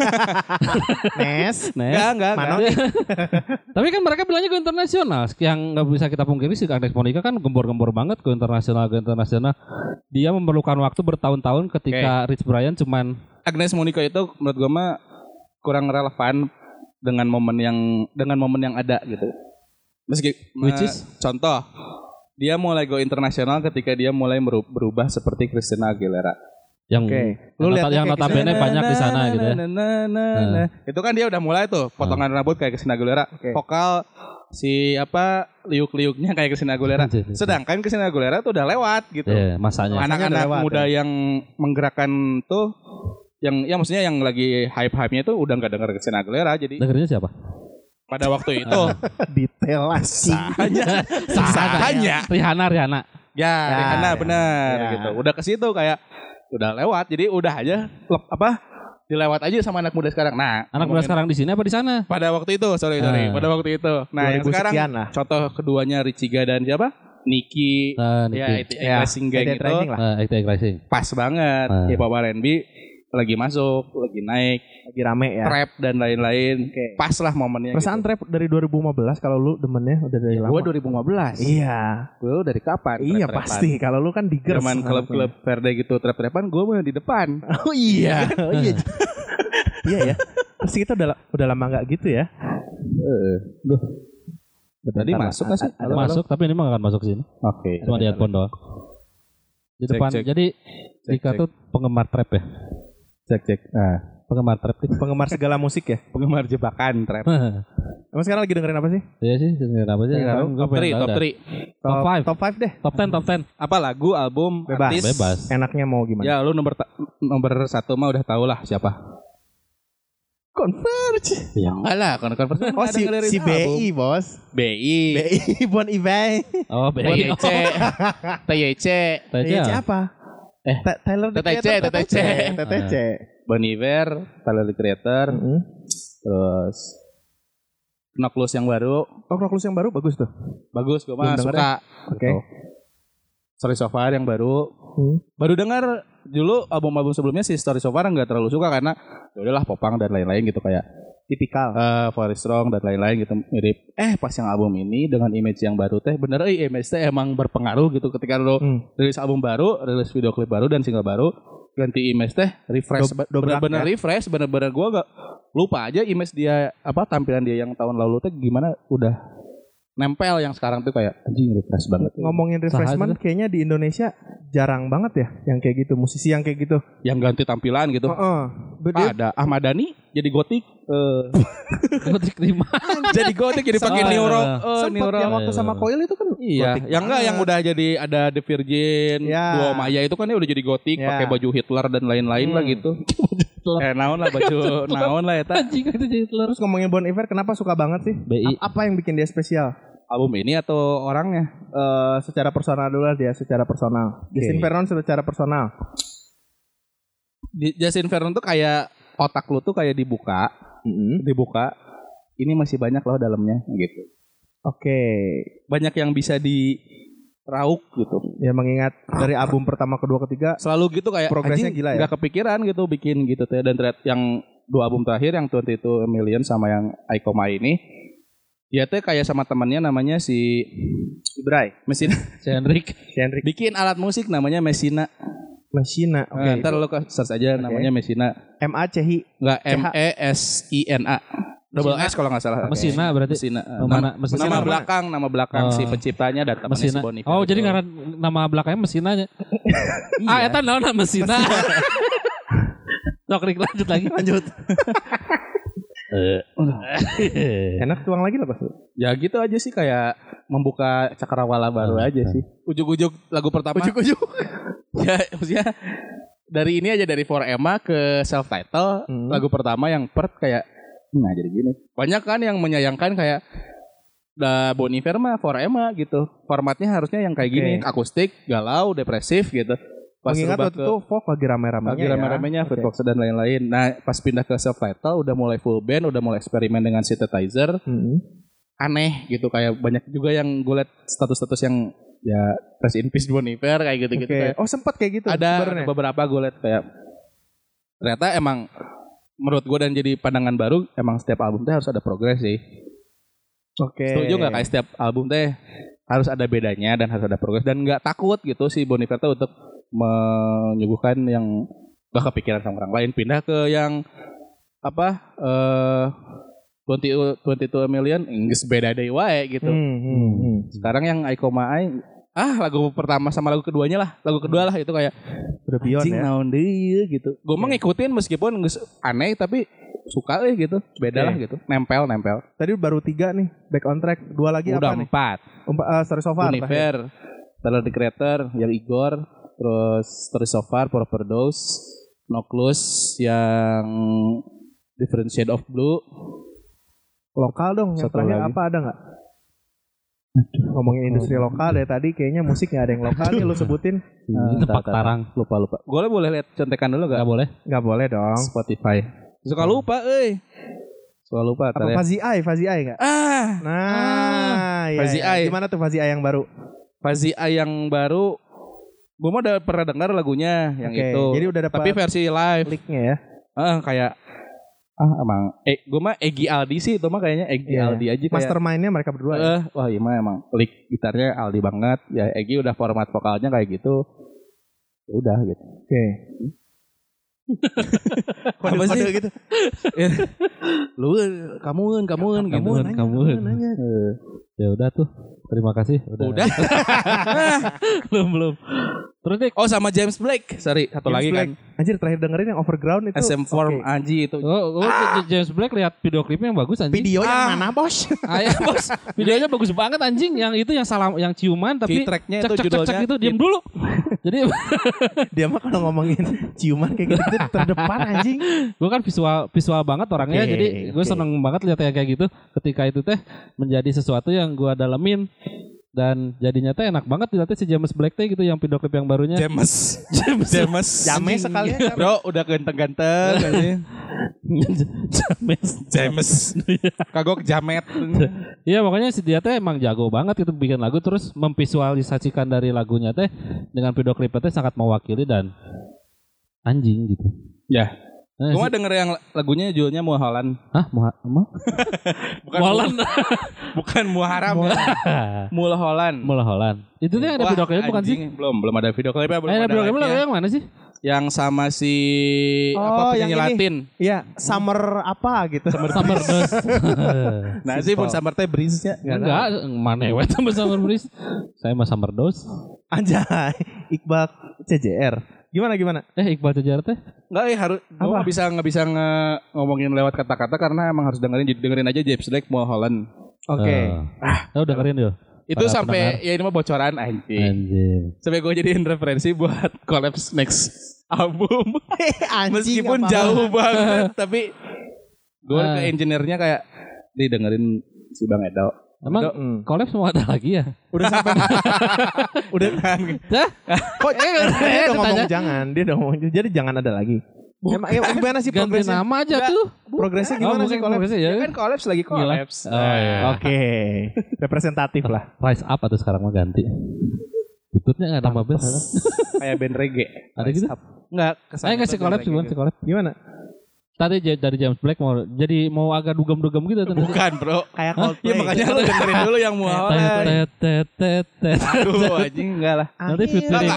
Nes. Nes. Mana? Tapi kan mereka bilangnya go internasional. Yang nggak bisa kita pungkiri sih Agnes Monica kan gembor-gembor banget go internasional. Dia memerlukan waktu bertahun-tahun ketika Rich Brian cuman Agnes Monica itu menurut gue mah kurang relevan dengan momen yang ada gitu. Which is? Contoh, dia mulai go internasional ketika dia mulai berubah seperti Christina Aguilera. yang Lu lihatnya yang kayak notabene banyak di sana gitu ya. Itu kan dia udah mulai tuh potongan rambut kayak Christina Aguilera, vokal si apa liuk-liuknya kayak Christina Aguilera. Sedangkan Christina Aguilera tuh udah lewat gitu. Iya, masanya. Anak-anak lewat, muda yang menggerakkan tuh yang maksudnya yang lagi hype-hype-nya tuh udah nggak dengar Christina Aguilera jadi Dengernya siapa? pada waktu itu Detail lagi. sahanya Rihanna. ya Rihanna ya, benar ya. gitu udah ke situ kayak udah lewat jadi udah aja dilewat aja sama anak muda sekarang. Nah, Anak muda sekarang di sini apa di sana? pada waktu itu, sorry, pada waktu itu. Nah, yang 2000 sekarang sekian lah. contoh keduanya Richiga dan siapa? Niki. Ya, itu Racing Gang itu Rising lah. Active Rising. pas banget. Hip hop R&B lagi masuk, lagi naik, Lagi rame ya. trap dan lain-lain. Oke. Pas lah momennya. Perasaan trap dari 2015 kalau lu demennya udah dari lama. Gue 2015. Iya. Gue dari kapan? Iya Trap-trapan? pasti. Kalau lu kan diggers. Zaman klub-klub Verde gitu trap-trapan gue mah di depan. Oh iya. Oh iya. Iya ya. Terus kita udah lama nggak gitu ya. Tadi masuk nggak sih? Ada masuk tapi ini mah gak akan masuk sini. Oke. Cuma di handphone doang. Di Cek, depan. cek. Jadi Dika tuh penggemar trap ya. Cek. Nah, Penggemar trap nih. Penggemar segala musik ya. penggemar jebakan trap. Emang sekarang lagi dengerin apa sih? Iya sih, dengerin apa sih? Dengerin Sekarang Top gua 3, pengen tahu top dah. 3. Top five. Top 5 deh. Top 10, top 10. Apa lagu, album, Bebas. artis? Bebas. Enaknya mau gimana? Ya, lu nomor 1 mah udah tau lah siapa. Converge. Ya enggak lah, konversi. Oh si BI bos. BI. BI Bon Ivan. Oh, BI. TYC. TYC. BI apa? Tyler the TTC, Creator. TTC. TTC. Bon Iver, Tyler the Creator, terus Knockloose yang baru. Oh Knockloose yang baru bagus tuh. Bagus, gue mah Belum denger suka. Oke. Gitu. Story So Far yang baru. Baru dengar dulu album-album sebelumnya si Story So Far nggak terlalu suka karena ya udahlah popang dan lain-lain gitu kayak Tipikal. Very Strong dan lain-lain gitu mirip. Pas yang album ini dengan image yang baru teh bener image teh emang berpengaruh gitu ketika lo rilis album baru, rilis video klip baru dan single baru, ganti image teh refresh Dobrak bener-bener ya? refresh, bener-bener gua gak lupa aja image dia apa tampilan dia yang tahun lalu teh gimana udah nempel yang sekarang tuh kayak anjing refresh banget. Ngomongin refreshment kayaknya di Indonesia jarang banget ya yang kayak gitu, musisi yang kayak gitu. Yang ganti tampilan gitu. Ada Ahmad Dhani jadi gotik. Gotik 5. Jadi gotik jadi pakai neuro. Sempat yang waktu sama Koil itu kan Iya, gotik yang enggak yang udah jadi ada The Virgin, Ya. Duo Maya itu kan dia udah jadi gotik, Ya. pakai baju Hitler dan lain-lain lah gitu. Naon lah baju naon lah eta. Anjing itu jadi telur. Terus ngomongin Bon Iver kenapa suka banget sih? BI. Apa yang bikin dia spesial? Album ini atau orangnya? Secara personal dulu lah dia, secara personal. Justin Vernon secara personal. Justin Vernon tuh kayak otak lu tuh kayak dibuka, dibuka. Ini masih banyak loh dalamnya gitu. Oke. Banyak yang bisa dirauk gitu. Ya mengingat dari album pertama, kedua, ketiga Selalu gitu kayak progresnya anjing, gila ya. nggak kepikiran gitu bikin gitu teh dan ternyata yang 2 album terakhir yang 22 Million sama yang Aikoma ini dia teh kayak sama temannya namanya si Ibrai, Messina. Si Hendrik. Hendrik Bikin alat musik namanya Messina. Messina. Oke. Ntar lo search aja namanya Messina. MACHI. Enggak MESINA. Double S kalau nggak salah. Mesina berarti. Messina. Mana? Mesina Nama mana? belakang si penciptanya dan temannya si Mesina. Bon Iver Oh, itu. jadi ngaran nama belakangnya Mesinanya. Eta naon Mesina. Sok Rik, lanjut lagi. Lanjut. Enak tuang lagi lah pas. Ya gitu aja sih kayak membuka cakrawala baru aja sih. Ujuk-ujuk lagu pertama. Ujuk-ujuk. Ya maksudnya dari ini aja dari For Emma ke self title lagu pertama yang kayak nah jadi gini. Banyak kan yang menyayangkan kayak Bon Iver mah For Emma gitu. Formatnya harusnya yang kayak gini, akustik, galau, depresif gitu. Pas Mengingat waktu itu Folk lagi rame-ramenya lagi rame-ramenya Fred Fox dan lain-lain. Nah, pas pindah ke self title udah mulai full band, udah mulai eksperimen dengan synthesizer. Aneh gitu kayak banyak juga yang gue liat status-status yang ya rest in peace Bon Iver kayak gitu-gitu kayak Oh sempat kayak gitu. ada sebenarnya. beberapa gue liat kayak ternyata emang menurut gue dan jadi pandangan baru emang setiap album teh harus ada progres sih. Oke. Setuju nggak kayak setiap album teh harus ada bedanya dan harus ada progres dan nggak takut gitu si Bon Iver tuh untuk menyuguhkan yang gak kepikiran sama orang lain, pindah ke yang apa 22 Million Inggris beda deh wae gitu. Sekarang yang Aikoma Ai lagu pertama sama lagu keduanya lah, lagu kedua lah itu kayak Udah beyond anjing ya. naon deui gitu. Gue mah ngikutin meskipun geus aneh tapi suka gitu, beda lah gitu, nempel. Tadi baru 3 nih, back on track. 2 lagi Udah apa nih? 4. Story So Far. Bon Iver, Tyler the Creator, yang Igor, terus Story So Far, Proper Dose, Knockloose, yang Different Shade of Blue. Lokal dong. Yang Satu terakhir lagi. apa ada nggak? Ngomongin industri lokal dari tadi kayaknya musik gak ada yang lokal nih lu sebutin. Tepak Tarang. Lupa. Gue boleh lihat contekan dulu gak? Gak boleh. Gak boleh dong. Spotify. Suka lupa, Suka lupa. Apa Fazi Ai gak? Nah, iya, Fazi iya. Ai. Gimana tuh Fazi Ai yang baru? Fazi A yang baru, gue mah udah pernah dengar lagunya yang Oke, itu. jadi udah dapat tapi versi live. Linknya ya. Kayak emang gue mah Egy Aldi sih itu mah kayaknya Egy Iya. Aldi aja kayak. Mastermind-nya mereka berdua ya? Wah iya mah emang lick gitarnya Aldi banget. Ya Egy udah format vokalnya kayak gitu. Ya udah gitu. Oke. Apa sih? Kode gitu. Lu kamu Nanya. Ya udah tuh. Terima kasih. Udah. belum. Terus Dik. Oh sama James Blake. Sorry, satu James lagi Blake. kan. Anjir terakhir dengerin yang Overground itu. SM Form Oke. Anji itu. James Blake lihat video klipnya yang bagus anjing. Video yang mana bos? Ayo bos, videonya bagus banget anjing. Yang itu yang salah, yang ciuman tapi Key tracknya cek itu judulnya itu diam dulu. Jadi Dia mah kalau ngomongin ciuman kayak gitu terdepan anjing. gue kan visual banget orangnya, Oke, jadi gue oke. seneng banget lihat yang kayak gitu. Ketika itu teh menjadi sesuatu yang gue dalemin dan jadinya teh enak banget dilihatnya si James Blake teh gitu, yang video klip yang barunya. James. Jame sekalian. Bro, udah ganteng-ganteng kali. James. Kagok jamet. Iya pokoknya si dia teh emang jago banget gitu bikin lagu, terus memvisualisasikan dari lagunya teh dengan video klipnya teh sangat mewakili dan anjing gitu. Ya. Nah, Gue mah denger yang lagunya judulnya Mulholland. Hah? Bukan Molan. Bukan Muharam. Mulholland. Mulholland. Itu tuh yang ada Wah, video klip bukan sih? anjing. Belum ada video klipnya. Belum Ada video klip live-nya. yang mana sih? Yang sama si Oh, penyanyi yang ini. Latin. Iya, Summer apa gitu. Summer Dose. Nah sih pun Summer teh breeze-nya. Enggak, mana ya sama Summer Breeze. Saya mah Summer Dose. Anjay, Iqbal CJR. Gimana? Iqbal Cejar teh. Enggak harus Apa? nggak bisa ngomongin lewat kata-kata karena emang harus dengerin aja James Blake Mulholland. Oke. Tahu dengerin yuk. Itu Para sampai pendengar. ya ini mah bocoran anjing. Anjing. Sampai gue jadiin referensi buat collapse next album. Anjing. Meskipun apa-apa. jauh banget tapi gue Ah. ke engineer-nya kayak didengerin si Bang Edo. Emang collapse mau ada lagi ya? Udah sampai udah Hah? kok dia udah Tanya. ngomong jangan, dia udah ngomong jadi jangan ada lagi. Emang gimana sih Ganti progresnya? nama aja tuh. Progresnya gimana sih collab? ya? Kan collapse lagi collapse. Oh, iya. Oke, representatif lah. Rise Up atau sekarang mau ganti. Tututnya nggak tambah band. Kayak band reggae. Ada gitu? Enggak, Saya nggak sih collapse gimana sih collapse? Gimana? Tadi dari James Blake mau agak dugem-dugem gitu. Bukan, Bro. Kayak Coldplay. Ya makanya lu dengerin dulu yang Mulholland. Tet. Aduh, anjing enggak lah. Nanti featuring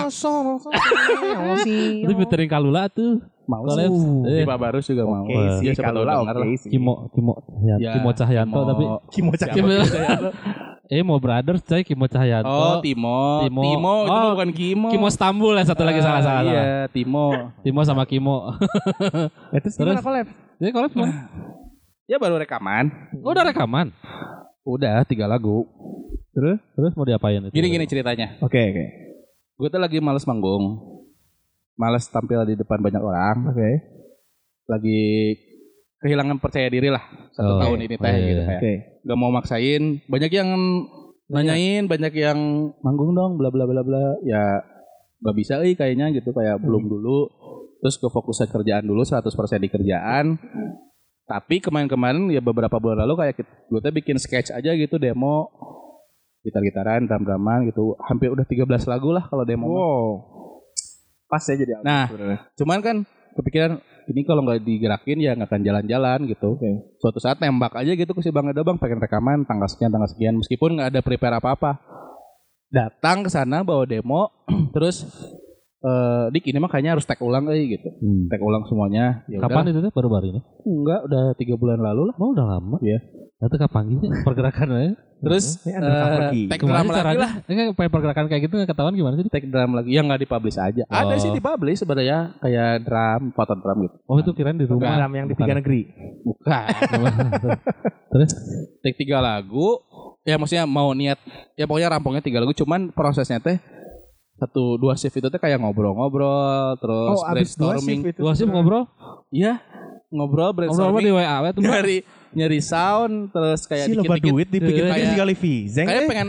itu featuring Kalula tuh. Mau Collapse. Di Barbarus juga mau. Oke sih, Dia siapa kalau tahu lah denger oke lah. sih. Kimo Cahyanto tapi Kimo Cahyanto. mau Brothers coy, Kimo Cahyanto. Oh, Timo. Timo. Timo itu Oh, bukan Kimo. Kimo Stambul yang satu lagi salah. Iya, Timo. Timo sama Kimo. Terus gimana collab? Jadi collab gimana? Ya baru rekaman. Oh, udah rekaman. Udah 3 lagu. Terus mau diapain itu? Gini ceritanya. Oke. Gue tuh lagi males manggung. Males tampil di depan banyak orang. Oke. Lagi kehilangan percaya diri lah 1 Oh, tahun ini teh iya, gitu iya. kayak. Oke. Gak mau maksain. Banyak yang nanyain, banyak yang manggung dong bla bla bla bla. Ya gak bisa kayaknya gitu kayak belum dulu. Terus ke fokusan kerjaan dulu 100% di kerjaan. Tapi kemarin ya beberapa bulan lalu kayak gue tuh bikin sketch aja gitu demo gitar-gitaran, drum-druman gitu. Hampir udah 13 lagu lah kalau demo. mah. Wow. Pas ya jadi album Nah, sebenarnya. cuman kan kepikiran ini kalau nggak digerakin ya nggak akan jalan-jalan gitu. Suatu saat nembak aja gitu ke si Bang Edo, Bang pengen rekaman tanggal sekian meskipun nggak ada prepare apa-apa. Datang ke sana bawa demo terus Dik ini mah kayaknya harus tag ulang gitu. Tag ulang semuanya. Ya Kapan udah. itu tuh baru-baru ini? Enggak, udah 3 bulan lalu lah. Oh, udah lama. Iya. Itu kapan gitu pergerakannya? Terus Ini undercover key. tag Gimana drum lagi caranya? lah. Ini kayak pergerakan kayak gitu nggak ketahuan gimana sih? Tag drum lagi yang nggak dipublish aja. Ada sih dipublish sebenarnya kayak drum, potong drum gitu. Oh, itu kirain di rumah. Program yang di 3 negeri. Bukan. Terus Take 3 lagu. Ya maksudnya mau niat. Ya pokoknya rampungnya 3 lagu. Cuman prosesnya teh 1-2 shift itu teh kayak ngobrol-ngobrol. Terus Oh, abis 2 brainstorming. shift itu. gua sih ngobrol. Iya. Ngobrol Ngobrol apa brainstorming. di WA tuh, Bro? nyari sound terus kayak Si loba duit dibikin kayak sekali Vizeng. kayak pengen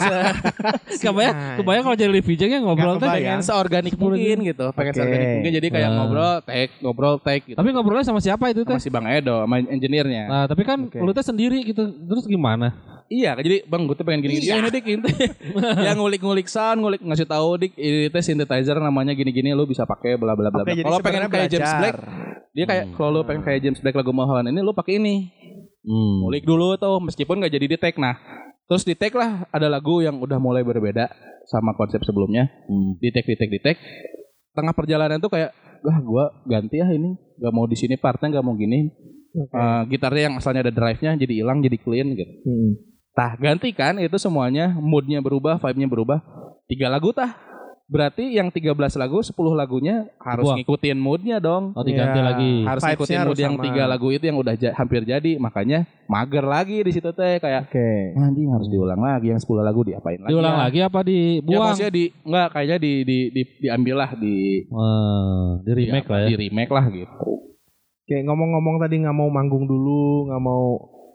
Kebayang kalau jadi Livijeng ya ngobrol teh. pengen seorganik mungkin gitu. Pengen seorganik mungkin jadi kayak ngobrol take gitu. Tapi ngobrolnya sama siapa itu teh? Sama si Bang Edo, sama engineer-nya. Nah, tapi kan lu teh sendiri gitu. Terus gimana? Iya, jadi Bang gue tuh pengen gini-gini. Ya ini Dik, ini yang ngulik-ngulik sound, ngasih tahu Dik, ini teh synthesizer namanya gini-gini lu bisa pakai bla bla bla. Kalau pengen kayak James Blake, dia kayak kalau lu pengen kayak James Blake lagu Mulholland ini lu pakai ini. Ngulik dulu tuh meskipun enggak jadi di take. Nah, terus di take lah ada lagu yang udah mulai berbeda sama konsep sebelumnya. Di take. Tengah perjalanan tuh kayak gua ganti ya ini. Gak mau di sini partnya gak mau gini. Gitarnya yang asalnya ada drive-nya jadi hilang jadi clean gitu. Tah ganti kan itu semuanya, moodnya berubah, vibe-nya berubah. 3 lagu tah. Berarti yang 13 lagu, 10 lagunya harus ngikutin moodnya dong. Oh, diganti lagi. Harus ngikutin mood yang 3 lagu itu yang udah hampir jadi. Makanya mager lagi di situ teh kayak anjing harus diulang lagi yang 10 lagu diapain lagi. Diulang lagi apa dibuang? Ya maksudnya kayaknya diambil lah di remake lah ya. Di remake lah gitu. Kayak ngomong-ngomong tadi nggak mau manggung dulu, nggak mau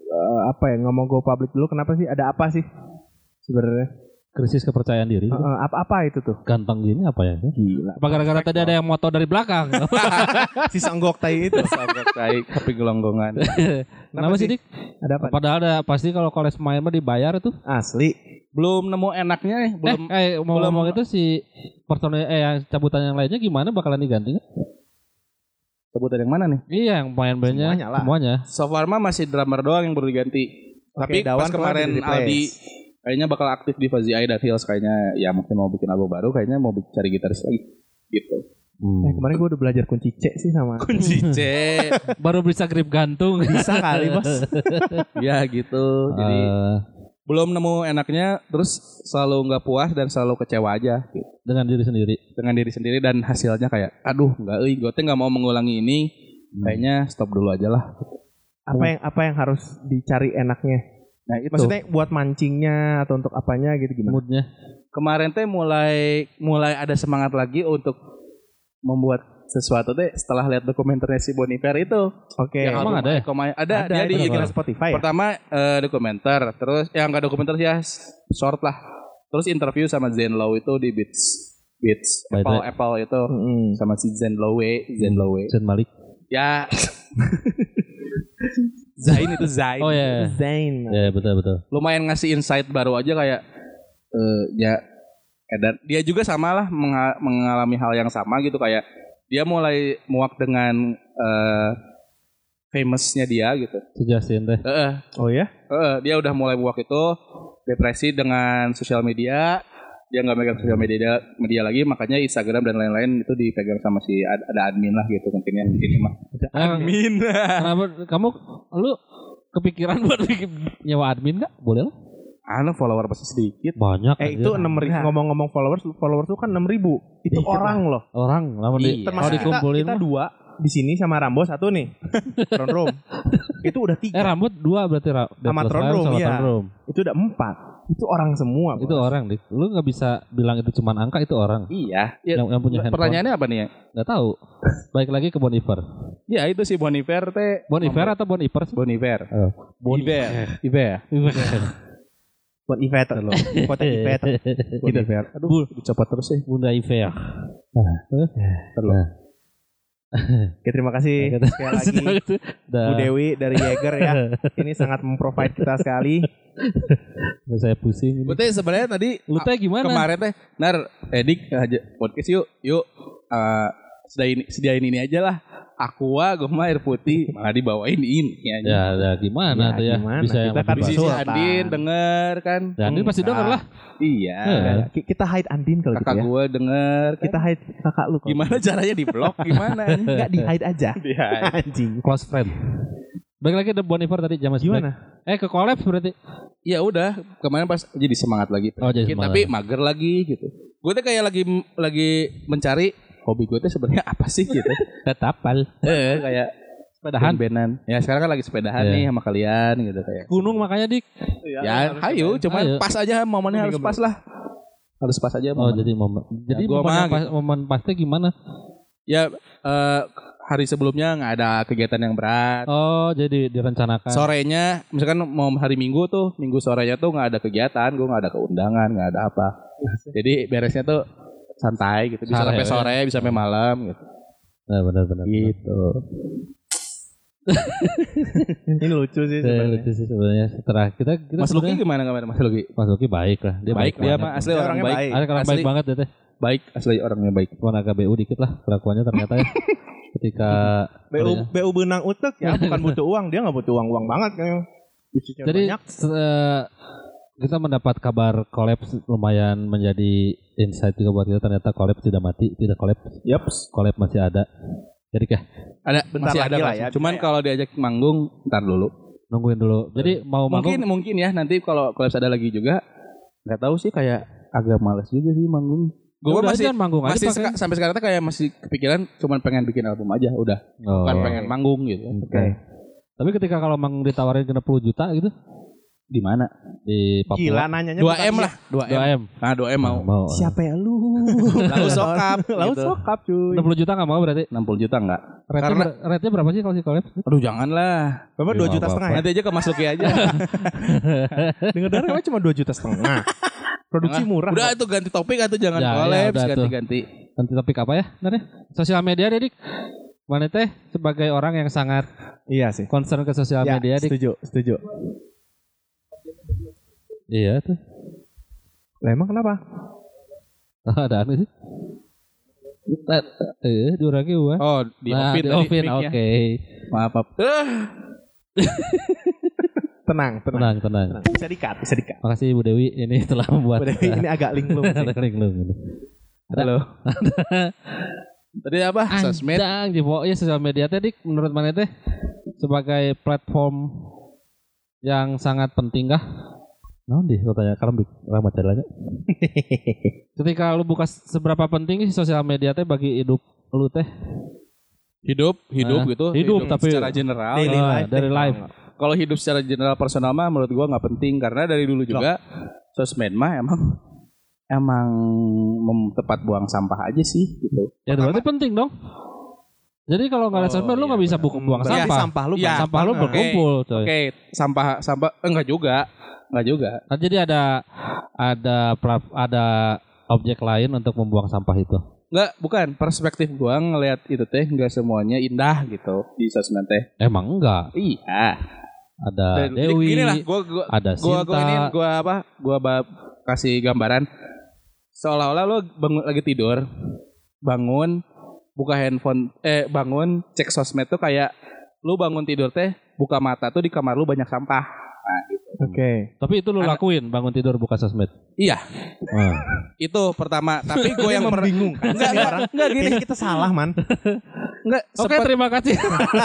nggak mau go public dulu. Kenapa sih? Ada apa sih sebenarnya? Krisis kepercayaan diri. Apa itu tuh? Ganteng gini apa ya? Gila. Apa gara-gara tadi ada yang moto dari belakang? Si songgok tai itu. Songgok tai tapi gelonggongan. Kenapa sih Dik? Ada apa? Padahal ada pasti kalau koles main mah dibayar tuh. Asli. Belum nemu enaknya nih. Mau ngomong itu si personel yang cabutan yang lainnya gimana bakalan diganti? Cabutan yang mana nih? Iya yang main-bandnya semuanya. So far mah masih drummer doang yang baru diganti. Tapi pas kemarin Aldi kayaknya bakal aktif di Fuzzy Eye dan Hills kayaknya ya mungkin mau bikin album baru, kayaknya mau cari gitaris lagi gitu. Kemarin gue udah belajar kunci C sih sama kunci C. Baru bisa grip gantung. Bisa kali bos. Ya gitu. Jadi belum nemu enaknya, terus selalu nggak puas dan selalu kecewa aja gitu. Dengan diri sendiri dan hasilnya kayak aduh gue tuh nggak mau mengulangi ini, kayaknya stop dulu aja lah. Apa yang harus dicari enaknya? Nah itu. Maksudnya buat mancingnya atau untuk apanya gitu gimana? Moodnya. Kemarin teh mulai ada semangat lagi untuk membuat sesuatu teh setelah lihat dokumenternya si Bon Iver itu. Oke. Emang ada ya? Ada dia di Spotify. Pertama dokumenter, terus enggak dokumenter ya, short lah. Terus interview sama Zen Low itu di Beats Apple itu sama si Zen Lowe. Zen Malik. Ya. Zain. Oh ya. Zain. Ya betul. Lumayan ngasih insight baru aja kayak dan dia juga sama lah mengalami hal yang sama gitu, kayak dia mulai muak dengan famousnya dia gitu. Si Justin teh. Oh ya? Dia udah mulai muak itu, depresi dengan sosial media. Dia nggak megang sosial media lagi, makanya Instagram dan lain-lain itu dipegang sama si ada admin lah gitu mungkin ya di sini mah. Admin. Kenapa lu kepikiran buat nyewa admin nggak? Boleh lah. Follower pasti sedikit. Banyak. Itu 6.000. Ngomong-ngomong followers tuh kan 6.000. Itu orang loh. Orang. Termasuk kita 2 di sini sama Rambo 1 nih. Throne Room. Itu udah 3. Rambut 2 berarti sama Throne Room ya. Itu udah 4. Itu orang semua. Itu orang, Dik. Lu nggak bisa bilang itu cuma angka, itu orang. Iya. Yang punya handphone. Pertanyaannya apa nih ya? Nggak tahu. Baik lagi ke Bon Iver. Ya itu si Bon Iver teh. Bon Iver atau Bon Iver? Bon Iver. Bon Iver. Buat Iver loh. Kota Iver. Aduh, dicopot terus sih. Bunda Iver. Oke, terima kasih sekali lagi Bu Dewi dari Jaeger ya. Ini sangat memprovide kita sekali. Saya pusing. Teh sebenarnya tadi lu teh gimana? Kemarin teh Edik aja podcast yuk sediain ini aja lah. Aqua, Goma, air putih, malah dibawain ini aja. Ya gimana tuh ya? Bisa kita kan si Andin denger kan. Ya, Andin pasti denger lah. Iya. Kita hide Andin kalau gitu ya. Kakak gue denger. Kita hide kakak lu. Gimana caranya di blok? Gimana? Enggak di hide aja. Anjing. Close friend. Balik lagi ada Bon Iver tadi James Blake. Gimana? Ke collab berarti. Ya udah, kemarin pas jadi semangat lagi. Jadi semangat. Tapi mager lagi gitu. Gue tuh kayak lagi mencari hobi gue tuh sebenarnya apa sih gitu. Tetapal. Kayak sepedahan benan. Ya sekarang kan lagi sepedahan nih sama kalian gitu kayak. Gunung makanya Dik. Ya, ayo cuma pas aja momennya harus pas lah. Harus pas aja. Jadi momen. Jadi momen pasnya gimana? Ya hari sebelumnya nggak ada kegiatan yang berat. Oh, jadi direncanakan. Sorenya, misalkan mau hari Minggu tuh, Minggu sorenya tuh nggak ada kegiatan, gue nggak ada keundangan, nggak ada apa. Jadi beresnya tuh santai gitu, bisa Sore, sampai ya. sore, bisa sampai malam gitu. Nah, benar-benar. Gitu. Ini lucu sih sebenarnya. Lucu sih sebenarnya. Setelah kita Mas Luki sebenarnya- gimana kemarin Mas Luki? Mas Luki baik lah. Baik dia banget. mah asli Dia orang orangnya baik. baik. Ada orang baik Asli. banget ya teh. Baik, asli orangnya baik. Cuma agak BU dikit lah kelakuannya ternyata ya. Ketika BU benang utek ya, bukan butuh uang, dia nggak butuh uang banget kayaknya. Bisnisnya jadi banyak. kita mendapat kabar kolaps lumayan menjadi insight juga buat kita, ternyata kolaps tidak mati, tidak kolaps. Yaps. Kolaps masih ada. Jadi Ada Bentar masih lagi ada lah masih. ya. Cuman kalau diajak manggung ntar dulu. nungguin dulu. Jadi mau manggung Mungkin ya nanti kalau kolaps ada lagi juga nggak tahu sih, kayak agak males juga sih manggung. Gue udah masih aja manggung aja masih pakai. sampai sekarang tuh kayak masih kepikiran cuman pengen bikin album aja udah, Oh. bukan pengen manggung gitu. Oke. Tapi ketika kalau manggung ditawarin 60 juta gitu Di mana? di Papua. Gila nanyanya 2M bukan lah, 2M. 2M. Nah, 2M mau. Mau. Siapa ya lu? Lalu sokap Lalu gitu. sokap cuy. 60 juta nggak mau berarti? 60 juta enggak? Rate-nya, rate-nya berapa sih kalau si kolaps? Aduh janganlah. Bapak Ya, 2 juta apa-apa. setengah ya? Nanti aja ke Mas Luki aja. Dengar dengar emang cuma 2 juta setengah. Produksi murah. Udah kok. itu ganti topik atau jangan Ya, ya, kolaps, udah tuh. ganti-ganti. Nanti topik apa ya? Benar ya? Sosial media Dik. Mana teh sebagai orang yang sangat Iya sih. concern ke sosial Ya, media Dik. setuju. Iya tuh. Lah emang kenapa? Ada aneh sih. Diurangi gua. Oh, di Nah, offin di tadi offin, mic-nya. oke. Maaf. Tenang. Tenang. Bisa dikat. Makasih Bu Dewi ini telah membuat Udah, ini agak linglung sih. linglung ini. Halo. Tadi apa? Sosmed. Anjang, jadi pokoknya sosial media teh Dik, menurut mana teh sebagai platform yang sangat penting kah? Nah, kalau tanya kalau ramah caranya. Ketika lu buka seberapa penting sih sosial media teh bagi hidup lu teh? Hidup Nah, gitu. hidup, tapi- secara general. Daily Ah, life. dari live. Kalau hidup secara general personal mah menurut gua nggak penting karena dari dulu juga sosmed mah emang tempat buang sampah aja sih gitu. Ya berarti penting dong. Jadi kalau nggak ada sosmed lu nggak bisa buang Berarti sampah. sampah lu Iya, banyak Sampah lu banget. berkumpul, coy. Oke, sampah enggak juga. Kan jadi ada objek lain untuk membuang sampah itu. Enggak, bukan. Perspektif gua ngelihat itu teh enggak semuanya indah gitu di sosmed teh. Emang enggak. Iya. Ada Dan Dewi, gini lah, gua ada Sinta. kasih gambaran seolah-olah lo lagi tidur, bangun, buka handphone, bangun, cek sosmed tuh kayak lu bangun tidur teh, buka mata tuh di kamar lu banyak sampah. Nah, gitu. Oke. Tapi itu lu lakuin bangun tidur buka sosmed. Iya, Ah. itu pertama. Tapi gue yang membingungkan. enggak gini. Kayaknya kita salah, man. Enggak, Oke, terima kasih.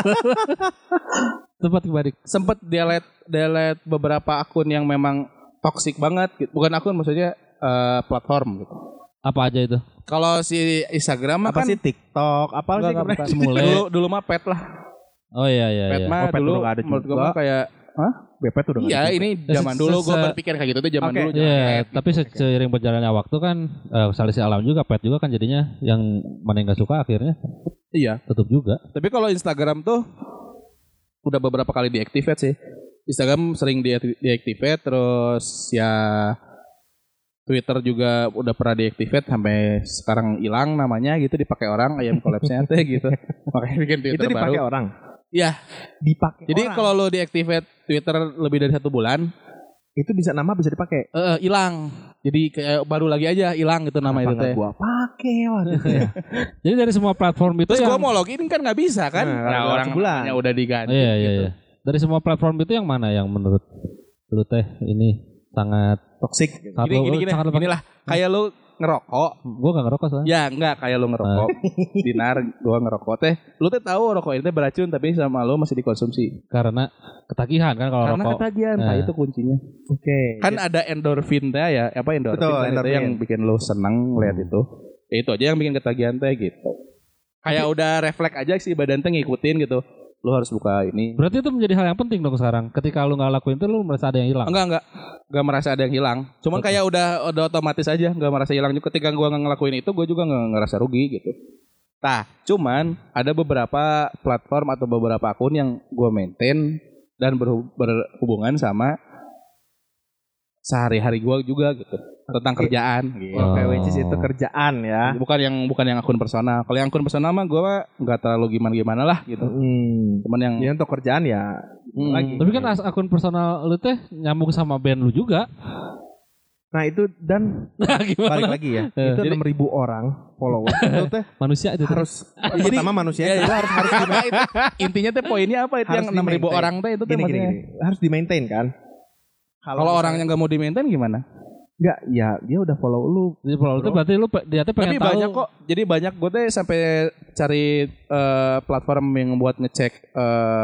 Sempat kembali. sempet delete beberapa akun yang memang toksik banget gitu. Bukan akun, maksudnya platform gitu. Apa aja itu? Kalau si Instagram mah Apa kan sih TikTok? Apa sih enggak, kemarin? Semule. dulu mah pet lah. Oh iya iya Pet iya. mah Oh, pet dulu udah nggak ada menurut gue juga. mah kayak Bepet udah nggak iya ada juga. ini zaman dulu gue berpikir kayak gitu tuh zaman Oke. dulu. Iya, tapi seiring berjalannya waktu kan seleksi alam juga pet juga kan jadinya yang mana yang nggak suka akhirnya Iya. tutup juga. Tapi kalau Instagram tuh udah beberapa kali deactivate sih. Instagram sering deactivate, terus ya Twitter juga udah pernah deactivate sampai sekarang hilang namanya gitu, dipakai orang ayam collapse-nya teh gitu. Makanya bikin Twitter Itu dipakai baru. orang. Iya. Dipakai. Jadi orang. kalau lo deactivate Twitter lebih dari 1 bulan, itu bisa nama bisa dipakai. hilang. Jadi kayak baru lagi aja hilang gitu nama itu teh. Gua pakai waktu itu ya. Jadi dari semua platform itu Terus yang gue mau login kan nggak bisa kan? Nah, Nah, kalau orang sebulan. namanya udah diganti. iya iya gitu. iya. Dari semua platform itu yang mana yang menurut lu teh ini sangat Toxic. sangat Gini, sangat lu pakai? inilah kayak lu ngerokok. Gua gak ngerokok soalnya. Ya enggak kayak lu ngerokok. Dinar gua ngerokok teh. Lu teh tahu rokok ini teh beracun tapi sama lu masih dikonsumsi. Karena ketagihan kan kalau Karena rokok. ketagihan, Nah. itu kuncinya. Oke. Kan ada endorfin teh ya, apa endorfin Betul, kan itu endorfin. yang bikin lu seneng lihat itu. Ya itu aja yang bikin ketagihan teh gitu. Kayak udah refleks aja sih badan teh ngikutin gitu. Lu harus buka ini. Berarti itu menjadi hal yang penting dong sekarang. Ketika lu nggak lakuin itu lu merasa ada yang hilang. Enggak merasa ada yang hilang. Cuman kayak udah otomatis aja, enggak merasa hilang juga. Ketika gua nggak ngelakuin itu, gua juga nggak ngerasa rugi gitu. Tah, cuman ada beberapa platform atau beberapa akun yang gue maintain dan berhubungan sama sehari-hari gue juga gitu tentang kerjaan gitu. Oke, which is itu kerjaan ya. Bukan yang akun personal. Kalau yang akun personal mah gue nggak terlalu gimana lah gitu. Cuman yang Ya untuk kerjaan ya lagi. Tapi kan akun personal lu teh nyambung sama band lu juga. Nah itu dan Gimana? balik lagi ya. Itu 6.000 orang follower. Itu teh Manusia itu teh. harus pertama manusia itu harus intinya teh poinnya apa itu Harus yang 6.000 di-maintain. orang teh itu teh maksudnya. harus di-maintain kan. Kalau orang yang nggak mau di-maintain gimana? enggak, ya dia udah follow lu. Jadi follow itu berarti lu dia teh pengen Tapi tahu. banyak kok. Jadi banyak gue teh sampai cari platform yang buat ngecek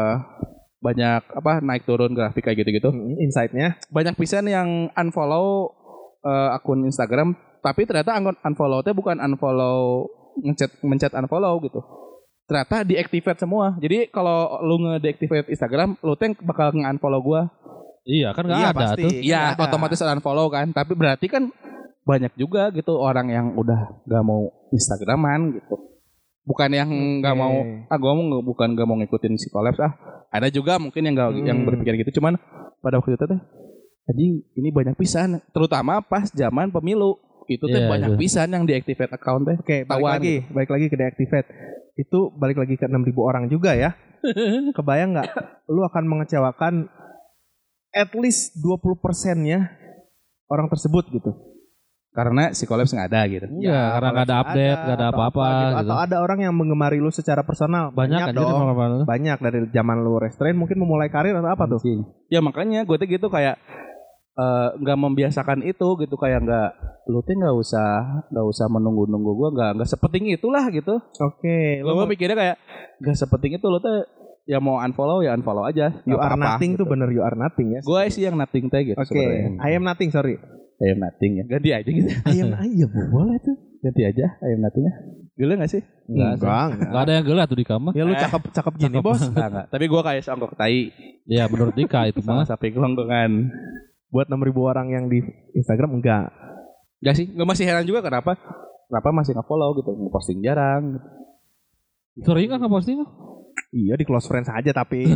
banyak apa naik turun grafik kayak gitu-gitu. Insight-nya. Banyak pisan yang unfollow akun Instagram, tapi ternyata unfollow teh bukan unfollow mencet unfollow gitu. Ternyata deactivate semua. Jadi kalau lu nge-deactivate Instagram, lu teh bakal nge-unfollow gua. Iya kan nggak Iya, ada pasti. tuh. Iya, Nggak ada. otomatis unfollow kan. Tapi berarti kan banyak juga gitu orang yang udah gak mau Instagraman gitu. Bukan yang gak mau, gua mau bukan gak mau ngikutin si collabs Ada juga mungkin yang gak, yang berpikir gitu. Cuman pada waktu itu teh, anjing ini banyak pisan. Terutama pas zaman pemilu. Itu teh Iya, banyak itu. pisan yang deactivate account teh. Oke, Tawan balik lagi ke deactivate. Itu balik lagi ke 6.000 orang juga ya. Kebayang nggak? Lu akan mengecewakan at least 20%-nya orang tersebut gitu. Karena si collabs gak ada gitu. Iya, karena nggak ada update, nggak ada atau apa-apa gitu. gitu. Atau ada orang yang mengemari lu secara personal. Banyak kan dong. gitu. Banyak dari zaman lu restrain mungkin memulai karir atau apa tuh? Ya makanya gue tuh gitu kayak nggak membiasakan itu gitu kayak nggak lu tuh nggak usah menunggu gue nggak sepenting itulah gitu. Oke, Gue mikirnya kayak nggak sepenting itu lu tuh ya mau unfollow ya unfollow aja. you Nggak are apa-apa, nothing gitu. tuh bener you are nothing ya. Gue sih yang nothing teh gitu. Oke, sebenarnya. I am nothing, sorry. I am nothing ya. Ganti aja gitu. I am iya boleh tuh. Ganti aja I am nothing ya. Gila gak sih? Enggak. Nggak ada yang gelat tuh di kamar. Ya lu cakep gini, Bos. Enggak. Tapi gue kayak songkok tai Ya menurut Dika itu sama mah. sapi gelonggongan. Buat 6.000 orang yang di Instagram enggak. Gak sih? Gue masih heran juga kenapa masih nge-follow gitu. Nge-posting jarang gitu. Sering nggak posting? Iya di close friends aja tapi.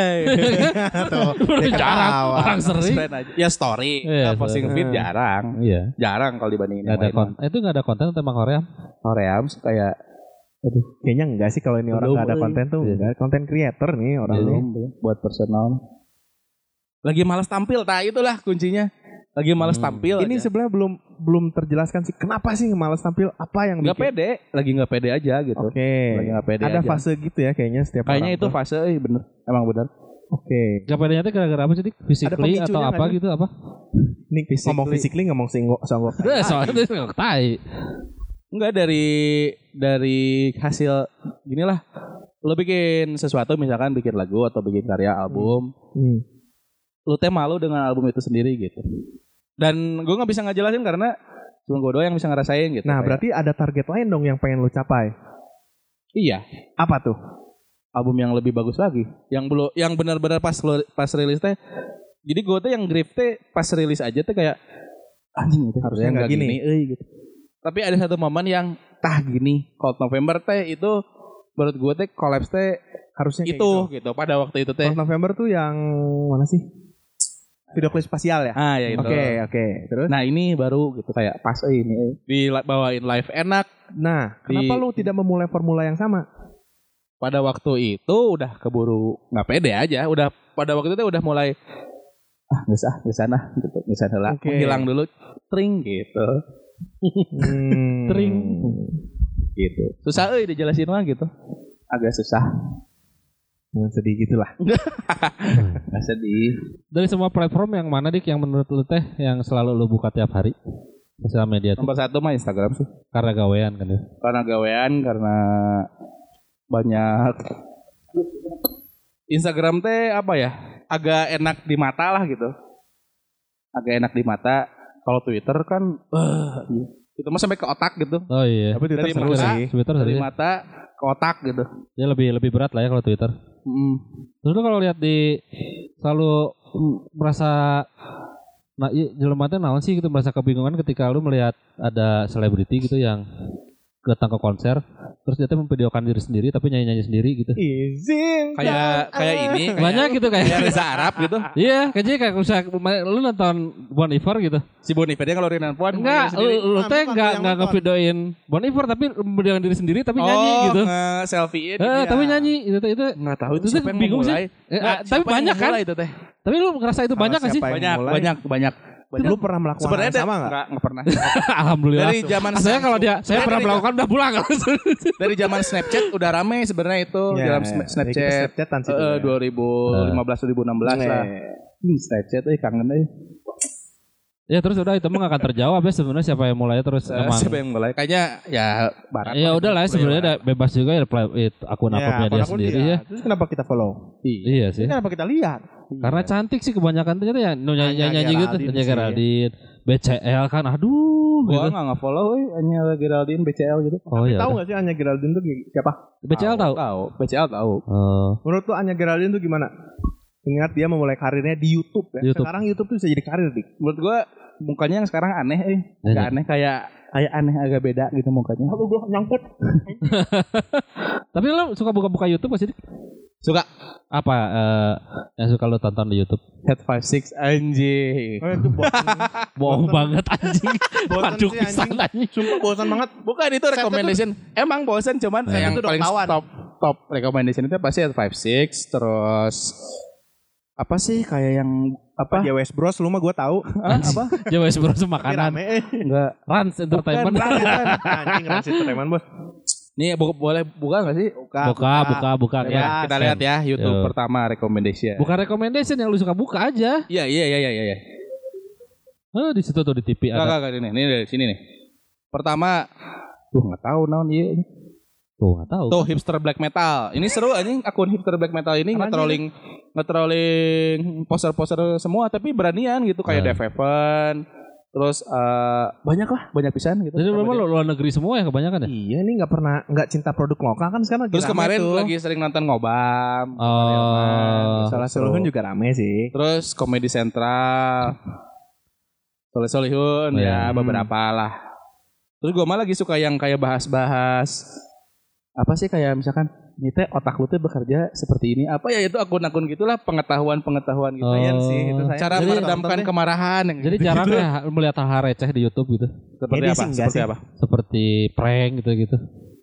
Tuh, dia Jarang. ketawa. Orang sering. Friend aja. Ya story. Iya, Posting story. feed jarang. Iya. Jarang kalau dibandingin Nggak ada yang lain. konten. Itu nggak ada konten tentang Korea. Koreams kayak Kayaknya enggak sih kalau ini orang Belum, enggak ada konten tuh. Iya. Enggak, konten creator nih orang ini. belum buat personal. Lagi malas tampil, itulah kuncinya. Lagi malas tampil. Ini aja. sebenarnya belum terjelaskan sih kenapa sih malas tampil, apa yang nggak bikin. pede, lagi nggak pede aja gitu. Oke. Lagi nggak pede Ada aja. fase gitu ya kayaknya setiap Kayaknya orang itu tuh. fase, bener, emang bener. Oke. Gak pedenya tuh gara-gara apa sih Dik? Physically pemicunya atau nggak apa sih? gitu apa? Ini ngomong physically ngomong songgok. Soalnya itu nggak tai. Enggak dari hasil ginilah. Lo bikin sesuatu misalkan bikin lagu atau bikin karya album, lu teh malu dengan album itu sendiri gitu. Dan gue nggak bisa ngejelasin karena cuma gue doang yang bisa ngerasain gitu. Nah, Kayak, berarti ada target lain dong yang pengen lu capai. iya, Apa tuh? album yang lebih bagus lagi. Yang benar-benar pas rilis teh. Jadi gue tuh yang grief teh pas rilis aja tuh kayak anjing itu Harusnya nggak gini. gitu. Tapi ada satu momen yang gini. Cold November teh itu menurut gue teh collapse teh Harusnya kayak itu gitu pada waktu itu teh. Cold November tuh yang mana sih? Video klip spasial ya? Ya itu. Oke. Terus? Nah ini baru gitu kayak pas ini dibawain live enak. Nah, kenapa lu tidak memulai formula yang sama? Pada waktu itu udah keburu nggak pede aja. Udah pada waktu itu udah mulai nggak sana gitu, nggak sana lah. Oke. Menghilang dulu, tring gitu, Tering. gitu. Susah dijelasin mah gitu. Agak susah. Sedih gitulah. Nggak sedih. Dari semua platform yang mana Dik yang menurut lu teh yang selalu lu buka tiap hari? Sosial media tuh Nomor satu mah Instagram sih. karena gawean kan ya. Karena gawean, karena banyak Instagram teh apa ya? Agak enak di mata lah gitu. Agak enak di mata. Kalau Twitter kan itu mah sampai ke otak gitu. Oh iya. Tapi Twitter Dari seru mata, sih. Twitter Dari tadi. mata ke otak gitu. Ya lebih berat lah ya kalau Twitter. Terus lu kalau lihat di selalu merasa nah iya jelema teh naon sih gitu merasa kebingungan ketika lu melihat ada selebriti gitu yang datang ke konser, terus dia tuh memvideokan diri sendiri tapi nyanyi-nyanyi sendiri gitu. Izin. Kayak ini Banyak gitu kayak kayak. Reza Arab gitu. Iya, kayaknya kayak usah lu nonton Bon Iver gitu. Si Bon Iver dia kalau Rinan Puan Enggak, lu teh enggak ngevideoin Bon Iver tapi memvideokan diri sendiri tapi nyanyi gitu. Selfie-in. Tapi nyanyi itu Enggak tahu itu itu siapa yang bingung memulai. sih. Tapi banyak kan? Itu teh. Tapi lu ngerasa itu banyak gak sih? siapa yang mulai? Banyak. Lu pernah melakukan hal yang sama enggak? Enggak pernah. Alhamdulillah. Dari zaman saya kalau saya pernah melakukan udah pulang. Dari zaman Snapchat udah rame sebenarnya itu Ya, dalam Snapchat. Snapchatan sih dulu ya. 2015 2016 lah. Snapchat kangen Ya terus udah itu mah gak akan terjawab ya sebenarnya siapa yang mulai terus emang. siapa yang mulai? Kayaknya ya Barat. Ya udahlah sebenarnya bebas juga ya akun-akunnya dia akun sendiri ya. Terus kenapa kita follow? Iya sih. Kenapa kita lihat? Karena cantik sih kebanyakan ternyata ya nyanyi gitu. Geraldine Anya sih. Geraldine, BCL kan aduh Gua gitu. enggak nge-follow Anya Geraldine BCL gitu. Oh iya. Tahu enggak sih Anya Geraldine tuh siapa? BCL tahu? Tahu, BCL tahu. Menurut lu Anya Geraldine tuh gimana? Ingat dia memulai karirnya di YouTube ya. YouTube. Sekarang YouTube tuh bisa jadi karir, Dik. Menurut gua mukanya yang sekarang aneh Enggak aneh kayak aneh agak beda gitu mukanya. Aku gua nyangkut. Tapi lo suka buka-buka YouTube gak sih? Dik? Suka Apa yang suka lo tonton di YouTube? Head 56 anjing. Itu Bohong banget anjing. Bosan Aduh sih, pisan anjing. anjing. Sumpah bosan banget. Bukan itu recommendation. Emang bosan cuman Saya yang tuh paling doktawan. top recommendation itu pasti Head 56 terus apa sih kayak yang apa? Ya West Bros lu mah gua tahu. Apa? Jawa Bros Tapi makanan. rame. Enggak. Rans Entertainment. Anjing Rans Entertainment, Bos. Nih boleh buka enggak sih? Buka. Ya, Ya. kita lihat ya YouTube Yo. pertama recommendation. Bukan recommendation yang lu suka buka aja. Iya. Di situ tuh di TV ada. Enggak ini dari sini nih. Pertama enggak tahu naon ieu. Tuh enggak tahu. Tuh hipster black metal. Ini seru anjing akun hipster black metal ini nge-trolling poster-poster semua tapi beranian gitu kayak Dave Heaven. Terus banyak pisan gitu. Jadi memang luar negeri semua ya kebanyakan ya? Iya nih nggak cinta produk lokal kan sekarang lagi Terus rame kemarin tuh. lagi sering nonton Ngobam. Salah Solihun juga rame sih. Terus Komedi Sentral. Solihun ya beberapa lah. Terus gue malah lagi suka yang kayak bahas-bahas apa sih kayak misalkan ini teh otak lu teh bekerja seperti ini apa ya itu akun-akun gitulah pengetahuan gitu. Sayang sih itu saya. Cara meredamkan kemarahan yang Jadi jarang ya melihat hal-hal receh di YouTube gitu. seperti Ini apa? sih enggak Seperti sih. apa? Seperti prank gitu-gitu.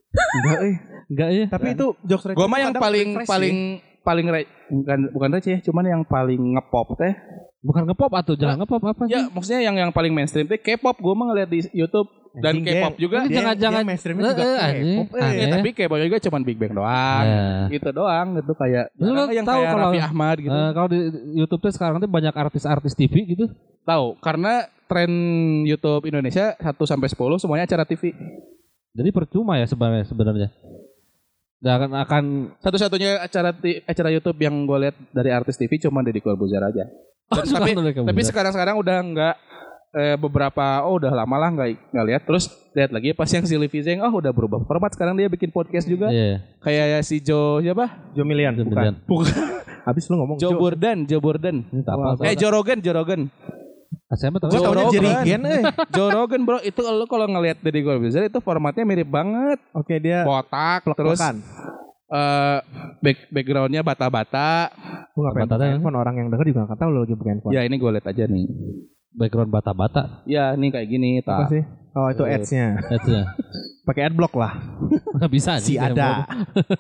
Enggak ya? Tapi itu jokes receh Gue mah itu yang kadang paling refresh sih. bukan receh cuman yang paling ngepop teh. Bukan ngepop atau jangan ngepop apa sih? Ya maksudnya yang paling mainstream teh K-pop gue mah ngeliat di YouTube dan Anjing, K-pop Geng. juga. Ini jangan-jangan mainstreamnya juga aneh. K-pop, Ya, tapi K-pop juga cuman Big Bang doang. Ya. Gitu doang gitu kayak Lu jarang yang tahu kayak kalau- Raffi Ahmad gitu. Kalau di YouTube tuh sekarang tuh banyak artis-artis TV gitu. Tahu karena tren YouTube Indonesia 1 sampai 10 semuanya acara TV. Jadi percuma ya sebenarnya. Gak akan Satu-satunya acara YouTube yang gue lihat dari artis TV cuma Deddy Corbuzier aja. Tapi sekarang udah enggak beberapa udah lama lah nggak lihat terus lihat lagi pas yang si Livi Zeng udah berubah format sekarang dia bikin podcast juga Iya. kayak si Joe siapa Joe Milian bukan. Habis lu ngomong Joe Burden Ini tak apa. Joe Rogan Saya mah tahu. Gua taunya Rogan. Jerigen Joe Rogan bro itu lo kalau ngelihat Deddy Corbuzier itu formatnya mirip banget Oke dia botak terus plek-plekan. backgroundnya bata-bata. Lu ngapain Bata-bata buka ya? handphone orang yang denger juga gak tahu lu lagi buka handphone. Ya ini gue lihat aja nih. Background bata-bata. Ya ini kayak gini Apa tak. sih? Oh itu ads-nya. Itu ya. Pakai adblock lah. Nggak bisa Si sih. ada.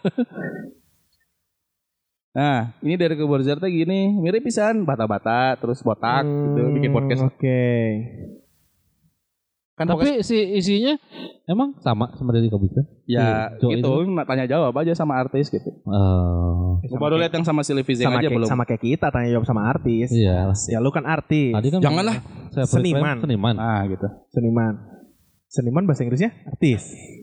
Nah ini dari Corbuzier tuh gini mirip pisan bata-bata terus botak gitu bikin podcast. Oke. Kan Tapi si isinya emang sama Deddy Corbuzier. ya Joe gitu tanya jawab aja sama artis gitu. Gue baru lihat yang sama si Livi Zeng sama aja kayak, belum. sama kayak kita tanya jawab sama artis. Iya. Ya lu kan artis. Tadi kan Janganlah. saya Seniman. Seniman. Nah gitu. Seniman bahasa Inggrisnya artis.